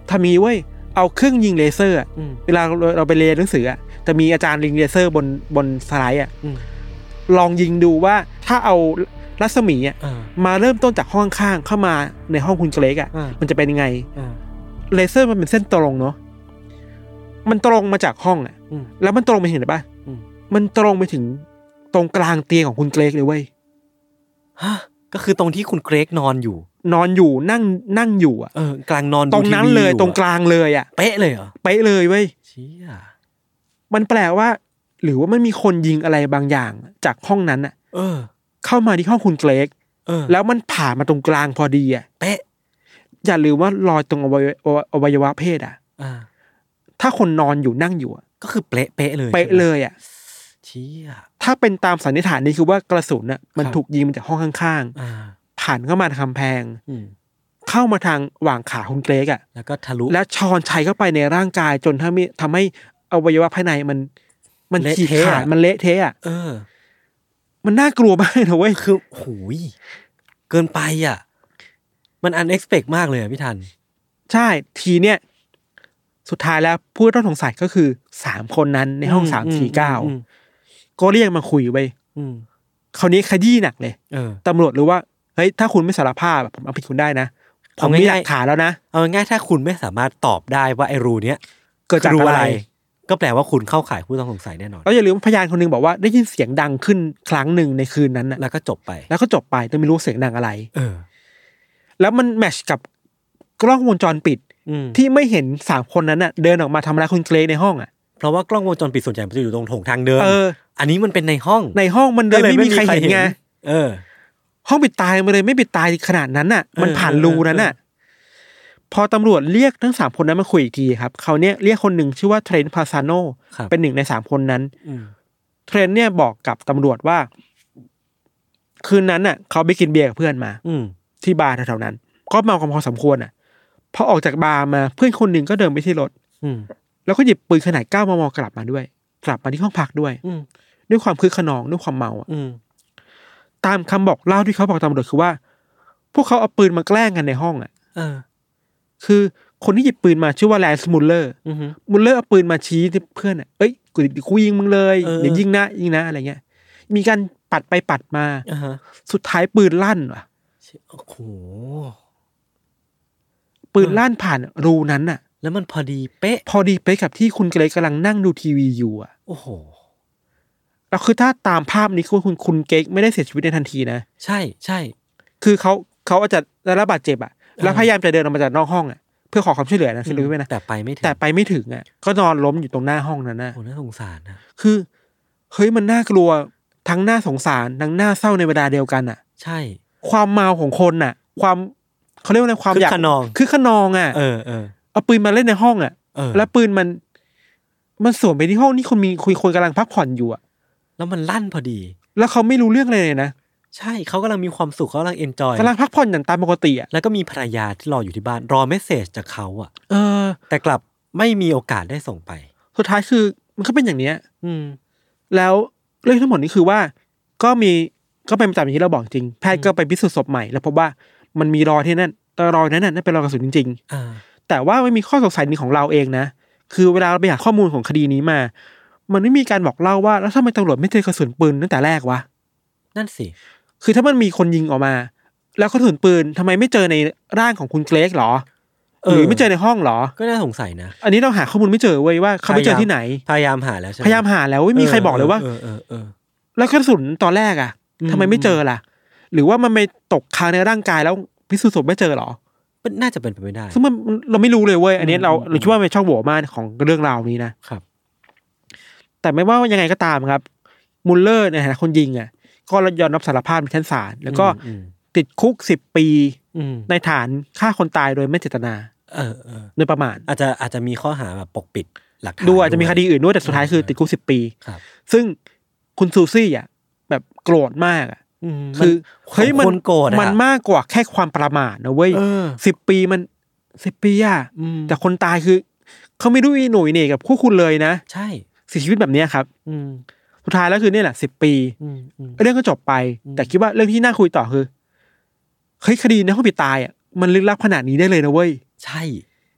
ทำนี้เว้ยเอาเครื่องยิงเลเซอร์เวลาเราไปเรียนหนังสือจะมีอาจารย์ยิงเลเซอร์บนสไลด์ลองยิงดูว่าถ้าเอารัศมีมาเริ่มต้นจากห้องข้างเข้ามาในห้องคุณเกรกมันจะเป็นยังไงเลเซอร์มันเป็นเส้นตรงเนาะมันตรงมาจากห้องแล้วมันตรงไปถึงไหนบ้างมันตรงไปถึงตรงกลางเตียงของคุณเกรกเลยเว้ยฮะก็คือตรงที่คุณเกรกนอนอยู่นั่งอยู่กลางนอนตรงนั้นเลยตรงกลางเลยเป๊ะเลยเหรอเป๊ะเลยเว้ยเชี่ยมันแปลว่าหรือว่ามันมีคนยิงอะไรบางอย่างจากห้องนั้นเข้ามาที่ห้องคุณเกรกแล้วมันผ่านมาตรงกลางพอดีเป๊ะอย่าลืมว่ารอยตรงอวัยวะเพศถ้าคนนอนอยู่นั่งอยู่ก็คือเป๊ะเลยเป๊ะเลยเชี่ยถ้าเป็นตามสันนิษฐานนี้คือว่ากระสุนมันถูกยิงมาจากห้องข้างๆผ่านเข้ามาทางกำแพงเข้ามาทางหว่างขาคุณเกรกแล้วก็ทะลุแล้วชอนชัยเข้าไปในร่างกายจนทำให้อวัยวะภายในมันฉีกขาดมันเละเทะมันน่ากลัวมากนะเว้ยคือโหยเกินไปมันอันเอ็กซ์เพคมากเลยพี่ทันใช่ทีเนี้ยสุดท้ายแล้วผู้ต้องสงสัยก็คือ3คนนั้นในห้อง349ก็เรียกมาคุยไว้คราวนี้คดีหนักเลยตำรวจรู้ว่าเฮ้ยถ้าคุณไม่สารภาพผมเอาผิดคุณได้นะผมมีหลักฐานแล้วนะเอาง่ายๆถ้าคุณไม่สามารถตอบได้ว่าไอ้รูเนี้ยเกิดจากอะไรก็แปลว่าคุณเข้าข่ายผู้ต้องสงสัยแน่นอนแล้วอย่าลืมพยานคนนึงบอกว่าได้ยินเสียงดังขึ้นครั้งหนึ่งในคืนนั้นแล้วก็จบไปแต่ไม่รู้เสียงดังอะไรแล้วมันแมทช์กับกล้องวงจรปิดที่ไม่เห็น3คนนั้นเดินออกมาทำร้ายคุณเกรกในห้องเพราะว่ากล้องวงจรปิดส่วนใหญ่มันจะอยู่ตรงโถงทางเดินอันนี้มันเป็นในห้องมันเดินไม่มีใครเห็นไงห้องปิดตายมาเลยไม่ปิดตายขนาดนั้นมันผ่านรูนั้นพอตำรวจเรียกทั้ง3คนนั้นมาคุยอีกทีครับเขาเนี่ยเรียกคนหนึ่งชื่อว่าเทรนต์พาซาโนเป็น1ใน3คนนั้นเทรนต์เนี่ยบอกกับตำรวจว่าคืนนั้นเขาไปกินเบียร์กับเพื่อนมาที่บาร์แถวๆนั้นก็เมากันพอสมควรพอออกจากบาร์มาเพื่อนคนหนึ่งก็เดินไปที่รถแล้วก็หยิบปืนขนาด9 มม.กลับมาที่ห้องพักด้วยความคึกขนองด้วยความเมาตามคำบอกเล่าที่เขาบอกตำรวจคือว่าพวกเขาเอาปืนมาแกล้งกันในห้องคือคนที่หยิบปืนมาชื่อว่าแลนซ์มุลเลอร์เอาปืนมาชี้ที่เพื่อนเอ้ยกูยิงมึงเลยเดี๋ยวยิงนะอะไรเงี้ยมีการปัดไปปัดมาสุดท้ายปืนลั่นว่ะโอ้โหปืนลั่นผ่านรูนั้นแล้วมันพอดีเป๊ะกับที่คุณเกรกกำลังนั่งดูทีวีอยู่โอ้โหแล้วคือถ้าตามภาพนี้คุณเกรกไม่ได้เสียชีวิตในทันทีนะใช่คือเขาอาจจะได้รับบาดเจ็บแล้วพยายามจะเดินออกมาจากนอกห้องเพื่อขอความช่วยเหลือนะคือรู้ไหมนะแต่ไปไม่ถึงก็นอนล้มอยู่ตรงหน้าห้องนั้นโอ้น่าสงสารนะคือเฮ้ยมันน่ากลัวทั้งน่าสงสารทั้งน่าเศร้าในเวลาเดียวกันใช่ความเมาของคนความเขาเรียกว่าความอยากคือขนองเอาปืนมาเล่นในห้องแล้วปืนมันสวนไปที่ห้องนี่คนกำลังพักผ่อนอยู่แล้วมันลั่นพอดีแล้วเขาไม่รู้เรื่องเลยนะใช่เขากำลังมีความสุขเขากำลังเอนจอยกำลังพักผ่อนอย่างตามปกติแล้วก็มีภรรยาที่รออยู่ที่บ้านรอเมสเสจจากเขาแต่กลับไม่มีโอกาสได้ส่งไปสุดท้ายคือมันก็เป็นอย่างเนี้ยแล้วเรื่องทั้งหมดนี้คือว่าก็เป็นตามอย่างที่เราบอกจริงแพทย์ก็ไปพิสูจน์ศพใหม่แล้วพบว่ามันมีรอยที่นั่นแต่รอยนั้นน่ะเป็นรอยกระสุนจริงๆแต่ว่าไม่มีข้อสงสัยนี้ของเราเองนะคือเวลาเราไปหาข้อมูลของคดีนี้มามันไม่มีการบอกเล่าว่าแล้วทำไมตำรวจไม่เจอกระสุนปืนตั้งแต่แรกวะนั่นสิคือถ้ามันมีคนยิงออกมาแล้วกระสุนปืนทำไมไม่เจอในร่างของคุณเกรกหรอหรือไม่เจอในห้องหรอก็น่าสงสัยนะอันนี้เราหาข้อมูลไม่เจอเว้ยว่าเขาไม่เจอที่ไหนพยายามหาแล้วใช่ไหมพยายามหาแล้วไม่มีใครบอกเลยว่าแล้วกระสุนตอนแรกทำไมไม่เจอล่ะหรือว่ามันไม่ตกค้างในร่างกายแล้วพิสูจน์ศพไม่เจอหรอน่าจะเป็นไปไม่ได้ซึ่งเราไม่รู้เลยเว้ยอันนี้เราคิดว่าเป็นช่องโหว่มากของเรื่องราวนี้นะครับแต่ไม่ว่ายังไงก็ตามครับมุลเลอร์เนี่ยคนยิงก็ยอมรับสารภาพในชั้นศาลแล้วก็ติดคุก10 ปีในฐานฆ่าคนตายโดยไม่เจตนาโดยประมาทอาจจะมีข้อหาแบบปกปิดหลักฐานดูอาจจะมีคดีอื่นด้วยแต่สุดท้ายคือติดคุก10 ปีซึ่งคุณซูซี่แบบโกรธมากคือเฮ้ยมันมากกว่าแค่ความประมาทนะเว้ย10 ปีมัน10 ปีแต่คนตายคือเขาไม่รู้อีหนุ่ยเนี่ยกับคู่คุณเลยนะใช่เสียชีวิตแบบนี้ครับสุดท้ายแล้วคือนี่แหละ10 ปีเรื่องก็จบไปแต่คิดว่าเรื่องที่น่าคุยต่อคือเฮ้ยคดีในห้องปิดตายมันลึกลับขนาดนี้ได้เลยนะเว้ยใช่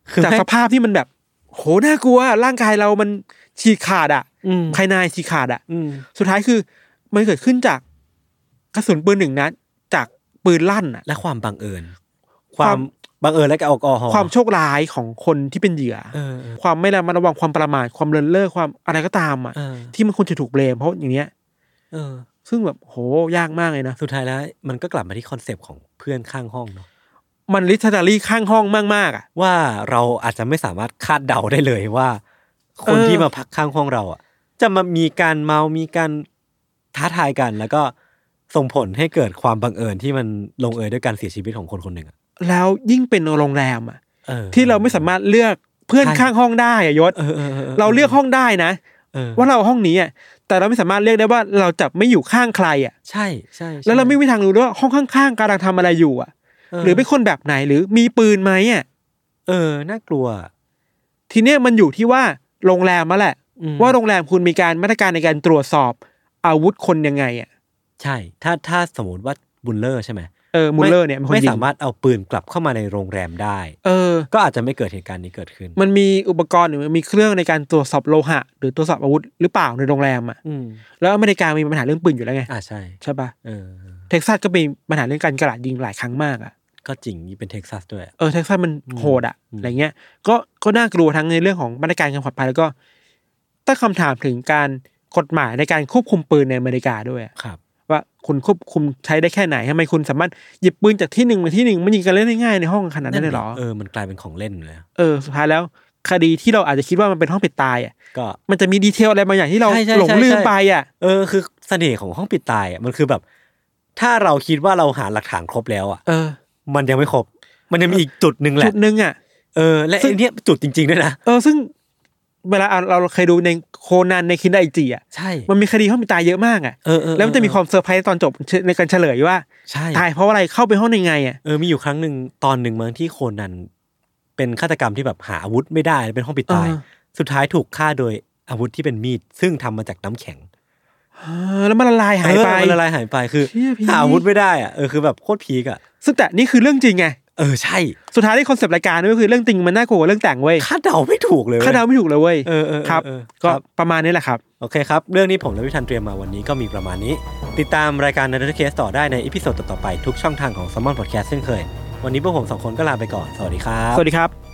จากสภาพที่มันแบบโหน่ากลัวร่างกายเรามันฉีกขาดอ่ะภายในฉีกขาดอ่ะสุดท้ายคือมันเกิดขึ้นจากกระสุนปืน1 นัดจากปืนลั่นอ่ะและความบังเอิญความบังเอิญและแอลกอฮอล์ความโชคร้ายของคนที่เป็นเหยื่อความไม่ระมัดระวังความประมาทความเลินเล่อความอะไรก็ตามอ่ะที่มันควรจะถูกเบลมเพราะอย่างเนี้ยซึ่งแบบโหยากมากเลยนะสุดท้ายแล้วมันก็กลับมาที่คอนเซปต์ของเพื่อนข้างห้องเนาะมันลิทเทอรี่ข้างห้องมากๆอ่ะว่าเราอาจจะไม่สามารถคาดเดาได้เลยว่าคนที่มาพักข้างห้องเราอ่ะจะมามีการเมามีการท้าทายกันแล้วก็ส่งผลให้เกิดความบังเอิญที่มันลงเอยด้วยการเสียชีวิตของคนคนหนึ่งอ่ะแล้วยิ่งเป็นโรงแรมอ่ะที่เราไม่สามารถเลือกเพื่อนข้างห้องได้อ่ะยศเราเลือกห้องได้นะว่าเราห้องนี้อ่ะแต่เราไม่สามารถเลือกได้ว่าเราจะไม่อยู่ข้างใครอ่ะใช่ใช่แล้วเราไม่มีทางรู้ด้วยว่าห้องข้างๆกำลังทำอะไรอยู่อ่ะหรือเป็นคนแบบไหนหรือมีปืนไหมอ่ะน่ากลัวทีเนี้ยมันอยู่ที่ว่าโรงแรมนั่นแหละว่าโรงแรมคุณมีการมาตรการในการตรวจสอบอาวุธคนยังไงอ่ะใช่ถ้าสมมติว่าบุลเลอร์ใช่ไหมบุลเลอร์เนี่ยไม่สามารถเอาปืนกลับเข้ามาในโรงแรมได้ก็อาจจะไม่เกิดเหตุการณ์นี้เกิดขึ้นมันมีอุปกรณ์หรือมีเครื่องในการตรวจสอบโลหะหรือตรวจสอบอาวุธหรือเปล่าในโรงแรมอ่ะแล้วอเมริกามีปัญหาเรื่องปืนอยู่แล้วไงใช่ป่ะเท็กซัสก็มีปัญหาเรื่องการกราดยิงหลายครั้งมากอ่ะก็จริงนี่เป็นเท็กซัสด้วยเท็กซัสมันโหดอ่ะอะไรเงี้ยก็น่ากลัวทั้งในเรื่องของมาตรการความปลอดภัยแล้วก็ตั้งคำถามถึงการกฎหมายในการควบคุมปืนในอเมริกาด้วยครับว่าคุณควบคุมใช้ได้แค่ไหนทำไมคุณสามารถหยิบปืนจากที่1มาที่1มันยิงกันเล่นได้ง่ายในห้องขนาดนั้นเลยเหรอมันกลายเป็นของเล่นเลยสุดท้ายแล้วคดีที่เราอาจจะคิดว่ามันเป็นห้องปิดตายอ่ะก็มันจะมีดีเทลอะไรบางอย่างที่เราหลงลืมไปอ่ะคือเสน่ห์ของห้องปิดตายอ่ะมันคือแบบถ้าเราคิดว่าเราหาหลักฐานครบแล้วอ่ะมันยังไม่ครบมันยังมีอีกจุดนึงแหละจุดนึงอ่ะและไอ้เนี่ยจุดจริงๆด้วยนะซึ่งเวลาเราเคยดูในโคนันในคินไดจิอ่ะใช่มันมีคดีห้องปิดตายเยอะมากอ่ะแล้วมันจะมีความเซอร์ไพรส์ตอนจบในการเฉลยว่าตายเพราะอะไรเข้าไปห้องยังไงอ่ะมีอยู่ครั้งนึงตอนนึงมั้งที่โคนันเป็นฆาตกรรมที่แบบหาอาวุธไม่ได้เป็นห้องปิดตายสุดท้ายถูกฆ่าโดยอาวุธที่เป็นมีดซึ่งทำมาจากน้ำแข็งแล้วมันละลายหายไปมันละลายหายไปคือหาอาวุธไม่ได้อ่ะคือแบบโคตรพีกอ่ะซึ่งแต่นี่คือเรื่องจริงไงใช่สุดท้ายที่คอนเซปต์รายการนี่ก็คือเรื่องจริงมันน่ากลัวเรื่องแต่งเว้ยคาดเดาไม่ถูกเลยคาดเดาไม่ถูกเลยเว้ยครับก็ประมาณนี้แหละครับโอเคครับเรื่องนี้ผมและพี่ธันเตรียมมาวันนี้ก็มีประมาณนี้ติดตามรายการ Nerdist Case ต่อได้ในอีพิโซดต่อๆไปทุกช่องทางของ Salmon Podcast เช่นเคยวันนี้พวกผม2คนก็ลาไปก่อนสวัสดีครับสวัสดีครับ